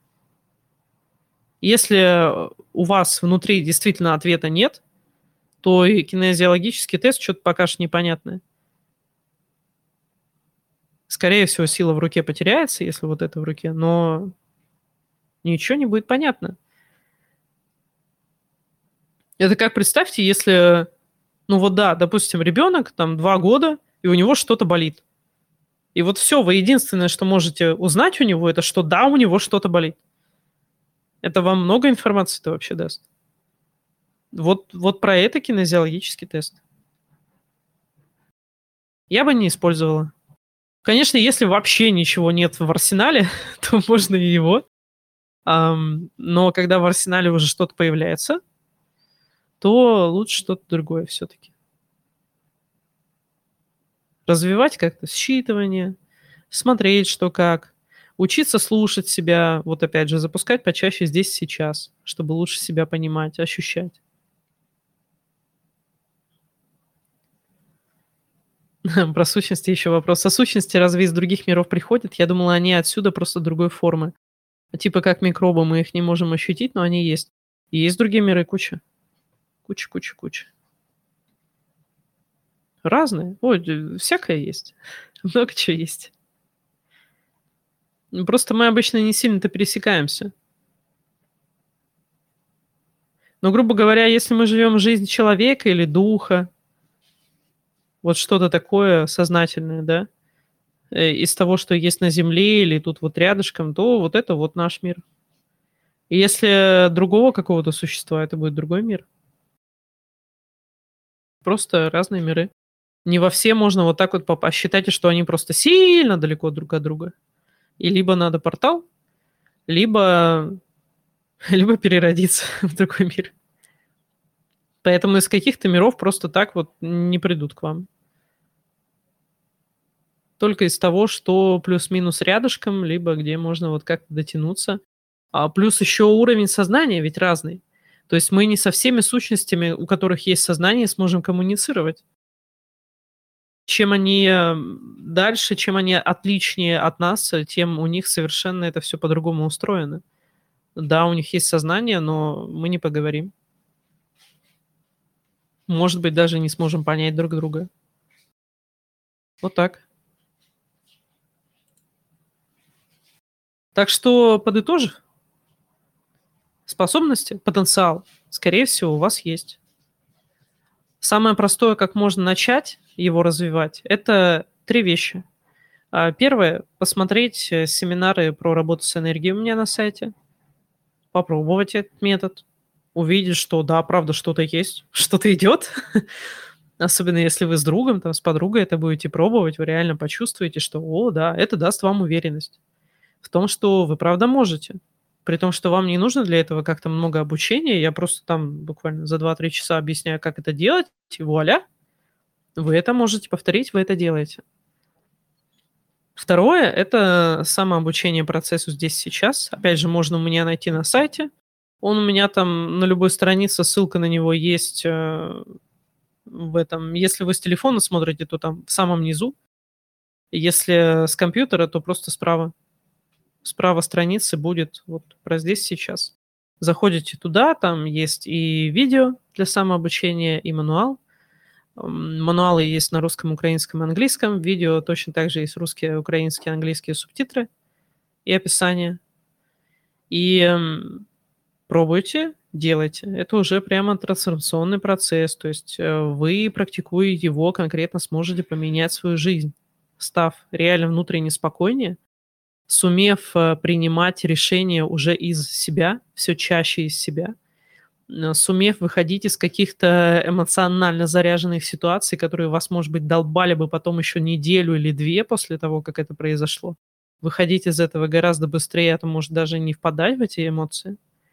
Если у вас внутри действительно ответа нет, то и кинезиологический тест что-то покажет непонятное. Скорее всего, сила в руке потеряется, если вот это в руке, но ничего не будет понятно. Это как, представьте, если, ну вот да, допустим, ребенок, там, два года, и у него что-то болит. И вот все, вы единственное, что можете узнать у него, это что да, у него что-то болит. Это вам много информации-то вообще даст. Вот, вот про это кинезиологический тест. Я бы не использовала. Конечно, если вообще ничего нет в арсенале, то можно и его. Ам, но когда в арсенале уже что-то появляется, то лучше что-то другое всё-таки. Развивать как-то считывание, смотреть, что как, учиться слушать себя, вот опять же, запускать почаще здесь и сейчас, чтобы лучше себя понимать, ощущать. Про сущности еще вопрос. А сущности разве из других миров приходят? Я думала, они отсюда, просто другой формы. Типа как микробы, мы их не можем ощутить, но они есть. И есть другие миры куча. Куча куча куча. Разные. Ой, д всякое есть. Много чё есть. Ну, просто мы обычно не сильно-то пересекаемся. Но, грубо говоря, если мы живем жизнь человека или духа вот что-то такое сознательное, да, э, из того, что есть на Земле или тут вот рядышком, то вот это вот наш мир. И если другого какого-то существа, это будет другой мир. Просто разные миры. Не во все можно вот так вот попасть. Считайте, что они просто сильно далеко друг от друга. И либо надо портал, либо либо переродиться в другой мир. Поэтому из каких-то миров просто так вот не придут к вам. Только из того, что плюс-минус рядышком, либо где можно вот как-то дотянуться. А плюс еще уровень сознания ведь разный. То есть мы не со всеми сущностями, у которых есть сознание, сможем коммуницировать. Чем они, м, дальше, чем они отличнее от нас, э, тем у них совершенно это всё по-другому устроено. Да, у них есть сознание, но мы не поговорим. Может быть, даже не сможем понять друг друга. Вот так. Так что, подытожив способности, потенциал, скорее всего, у вас есть. Самое простое, как можно начать его развивать- это три вещи. А, первое- посмотреть, э, семинары про работу с энергией у меня на сайте. Попробовать этот метод. Увидеть, что да, правда, что-то есть, что-то идет. Особенно если вы с другом, там, с подругой это будете пробовать, вы реально почувствуете, что: "О да, это даст вам уверенность в том, что вы правда можете". При том, что вам не нужно для этого как-то много обучения. Я просто там буквально за два три часа объясняю, как это делать, и вуаля! Вы это можете повторить, вы это делаете. Второе- это самообучение процессу здесь и сейчас. Опять же, можно у меня найти на сайте. Он у меня там на любой странице, ссылка на него есть, э, в этом. Если вы с телефона смотрите, то там в самом низу. Если с компьютера, то просто справа. Справа страницы будет вот про здесь и сейчас. Заходите туда, там есть и видео для самообучения, и мануал. М, мануалы есть на русском, украинском, английском. Видео точно так же есть русские, украинские, английские субтитры и описание. И, м, пробуйте, делайте. Это уже прямо трансформационный процесс. То есть, э, вы, практикуя его, конкретно сможете поменять свою жизнь, став реально внутренне спокойнее, сумев, э, принимать решения уже из себя, всё чаще из себя, м, сумев выходить из каких-то эмоционально заряженных ситуаций, которые вас, может быть, долбали бы потом еще неделю или две после того, как это произошло. Выходить из этого гораздо быстрее, а то, может, даже не впадать в эти эмоции.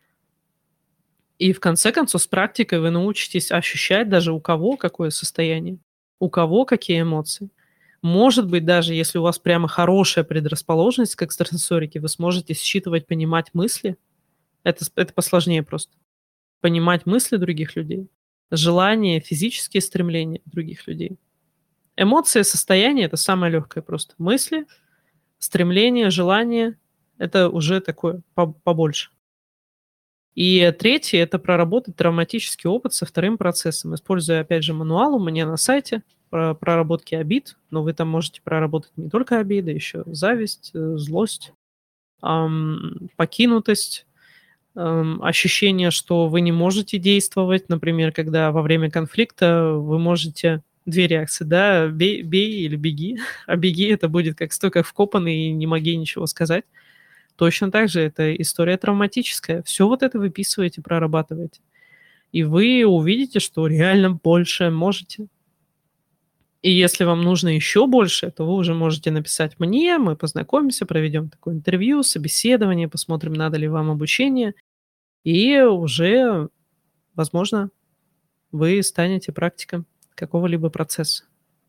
И в конце концов, с практикой вы научитесь ощущать даже, у кого какое состояние, у кого какие эмоции. Может быть, даже если у вас прямо хорошая предрасположенность к экстрасенсорике, вы сможете считывать, понимать мысли. Это с это посложнее просто. Понимать мысли других людей, желания, физические стремления других людей. Эмоции, состояние- это самое легкое просто. Мысли, стремления, желания- это уже такое по побольше. И третье- это проработать травматический опыт со вторым процессом, используя, опять же, мануал у меня на сайте про проработки обид. Но вы там можете проработать не только обиды, еще зависть, э, злость, ам, покинутость, ам, ощущение, что вы не можете действовать. Например, когда во время конфликта вы можете две реакции, да: бей бей или беги. А беги- это будет как стой как вкопанный и не моги ничего сказать. Точно так же это история травматическая. Всё вот это выписываете, прорабатываете. И вы увидите, что реально больше можете. И если вам нужно еще больше, то вы уже можете написать мне, мы познакомимся, проведем такое интервью, собеседование, посмотрим, надо ли вам обучение. И уже, возможно, вы станете практиком какого-либо процесса.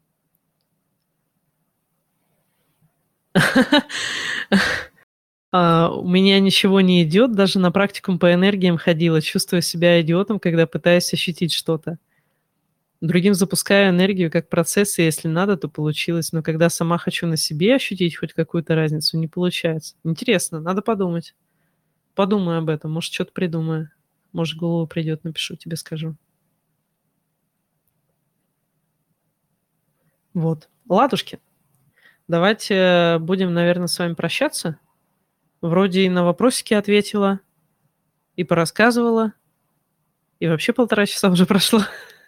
А, у меня ничего не идет, даже на практикум по энергиям ходила, чувствую себя идиотом, когда пытаюсь ощутить что-то. Другим запускаю энергию как процесс, и если надо, то получилось. Но когда сама хочу на себе ощутить хоть какую-то разницу, не получается. Интересно, надо подумать. Подумаю об этом, может, что-то придумаю. Может, в голову придет, напишу тебе, скажу. Вот. Ладушки, давайте будем, наверное, с вами прощаться. Вроде и на вопросики ответила, и порассказывала, и вообще полтора часа уже прошло.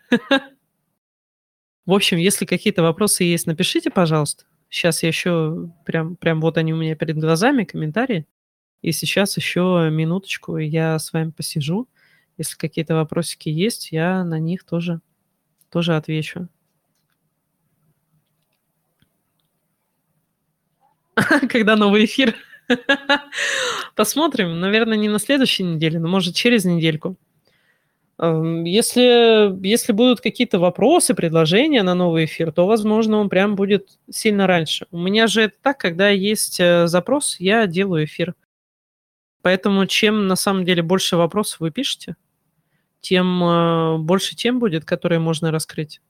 В общем, если какие-то вопросы есть, напишите, пожалуйста. Сейчас я еще прям, прям вот они у меня перед глазами, комментарии. И сейчас еще минуточку, и я с вами посижу. Если какие-то вопросики есть, я на них тоже, тоже отвечу. Когда новый эфир? Посмотрим. Наверное, не на следующей неделе, но может через недельку. Эм, Если, если будут какие-то вопросы, предложения на новый эфир, то, возможно, он прям будет сильно раньше. У меня же это так, когда есть э, запрос, я делаю эфир. Поэтому чем на самом деле больше вопросов вы пишете, тем э, больше тем будет, которые можно раскрыть.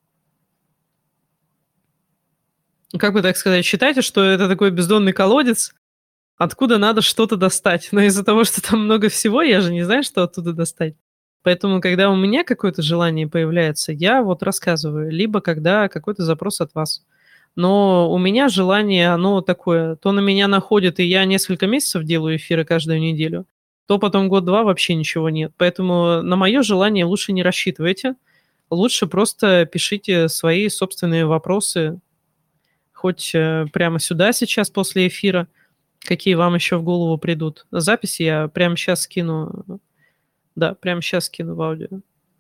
Как бы так сказать, считайте, что это такой бездонный колодец, откуда надо что-то достать. Но из-за того, что там много всего, я же не знаю, что оттуда достать. Поэтому, когда у меня какое-то желание появляется, я вот рассказываю, либо когда какой-то запрос от вас. Но у меня желание, оно такое, то на меня находит, и я несколько месяцев делаю эфиры каждую неделю, то потом год-два вообще ничего нет. Поэтому на мое желание лучше не рассчитывайте, лучше просто пишите свои собственные вопросы, хоть э, прямо сюда сейчас после эфира, какие вам еще в голову придут. Запись я прямо сейчас скину, да, прямо сейчас скину в аудио.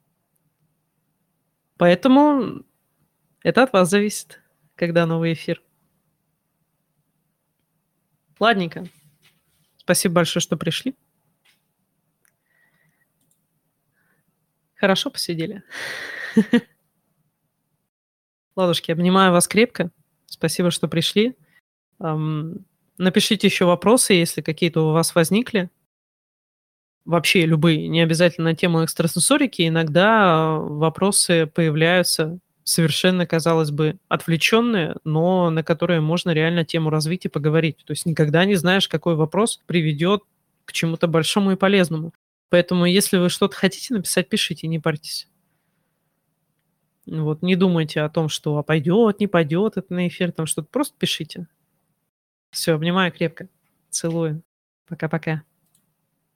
Поэтому это от вас зависит, когда новый эфир. Ладненько. Спасибо большое, что пришли. Хорошо посидели. Ладушки, обнимаю вас крепко. Спасибо, что пришли. Ам, Напишите еще вопросы, если какие-то у вас возникли. Вообще любые, не обязательно на тему экстрасенсорики. Иногда э, вопросы появляются совершенно, казалось бы, отвлеченные, но на которые можно реально тему развить и поговорить. То есть никогда не знаешь, какой вопрос приведет к чему-то большому и полезному. Поэтому если вы что-то хотите написать, пишите, не парьтесь. Вот, не думайте о том, что а пойдет, не пойдет это на эфир, там что-то. Просто пишите. Все, обнимаю крепко. Целую. Пока-пока.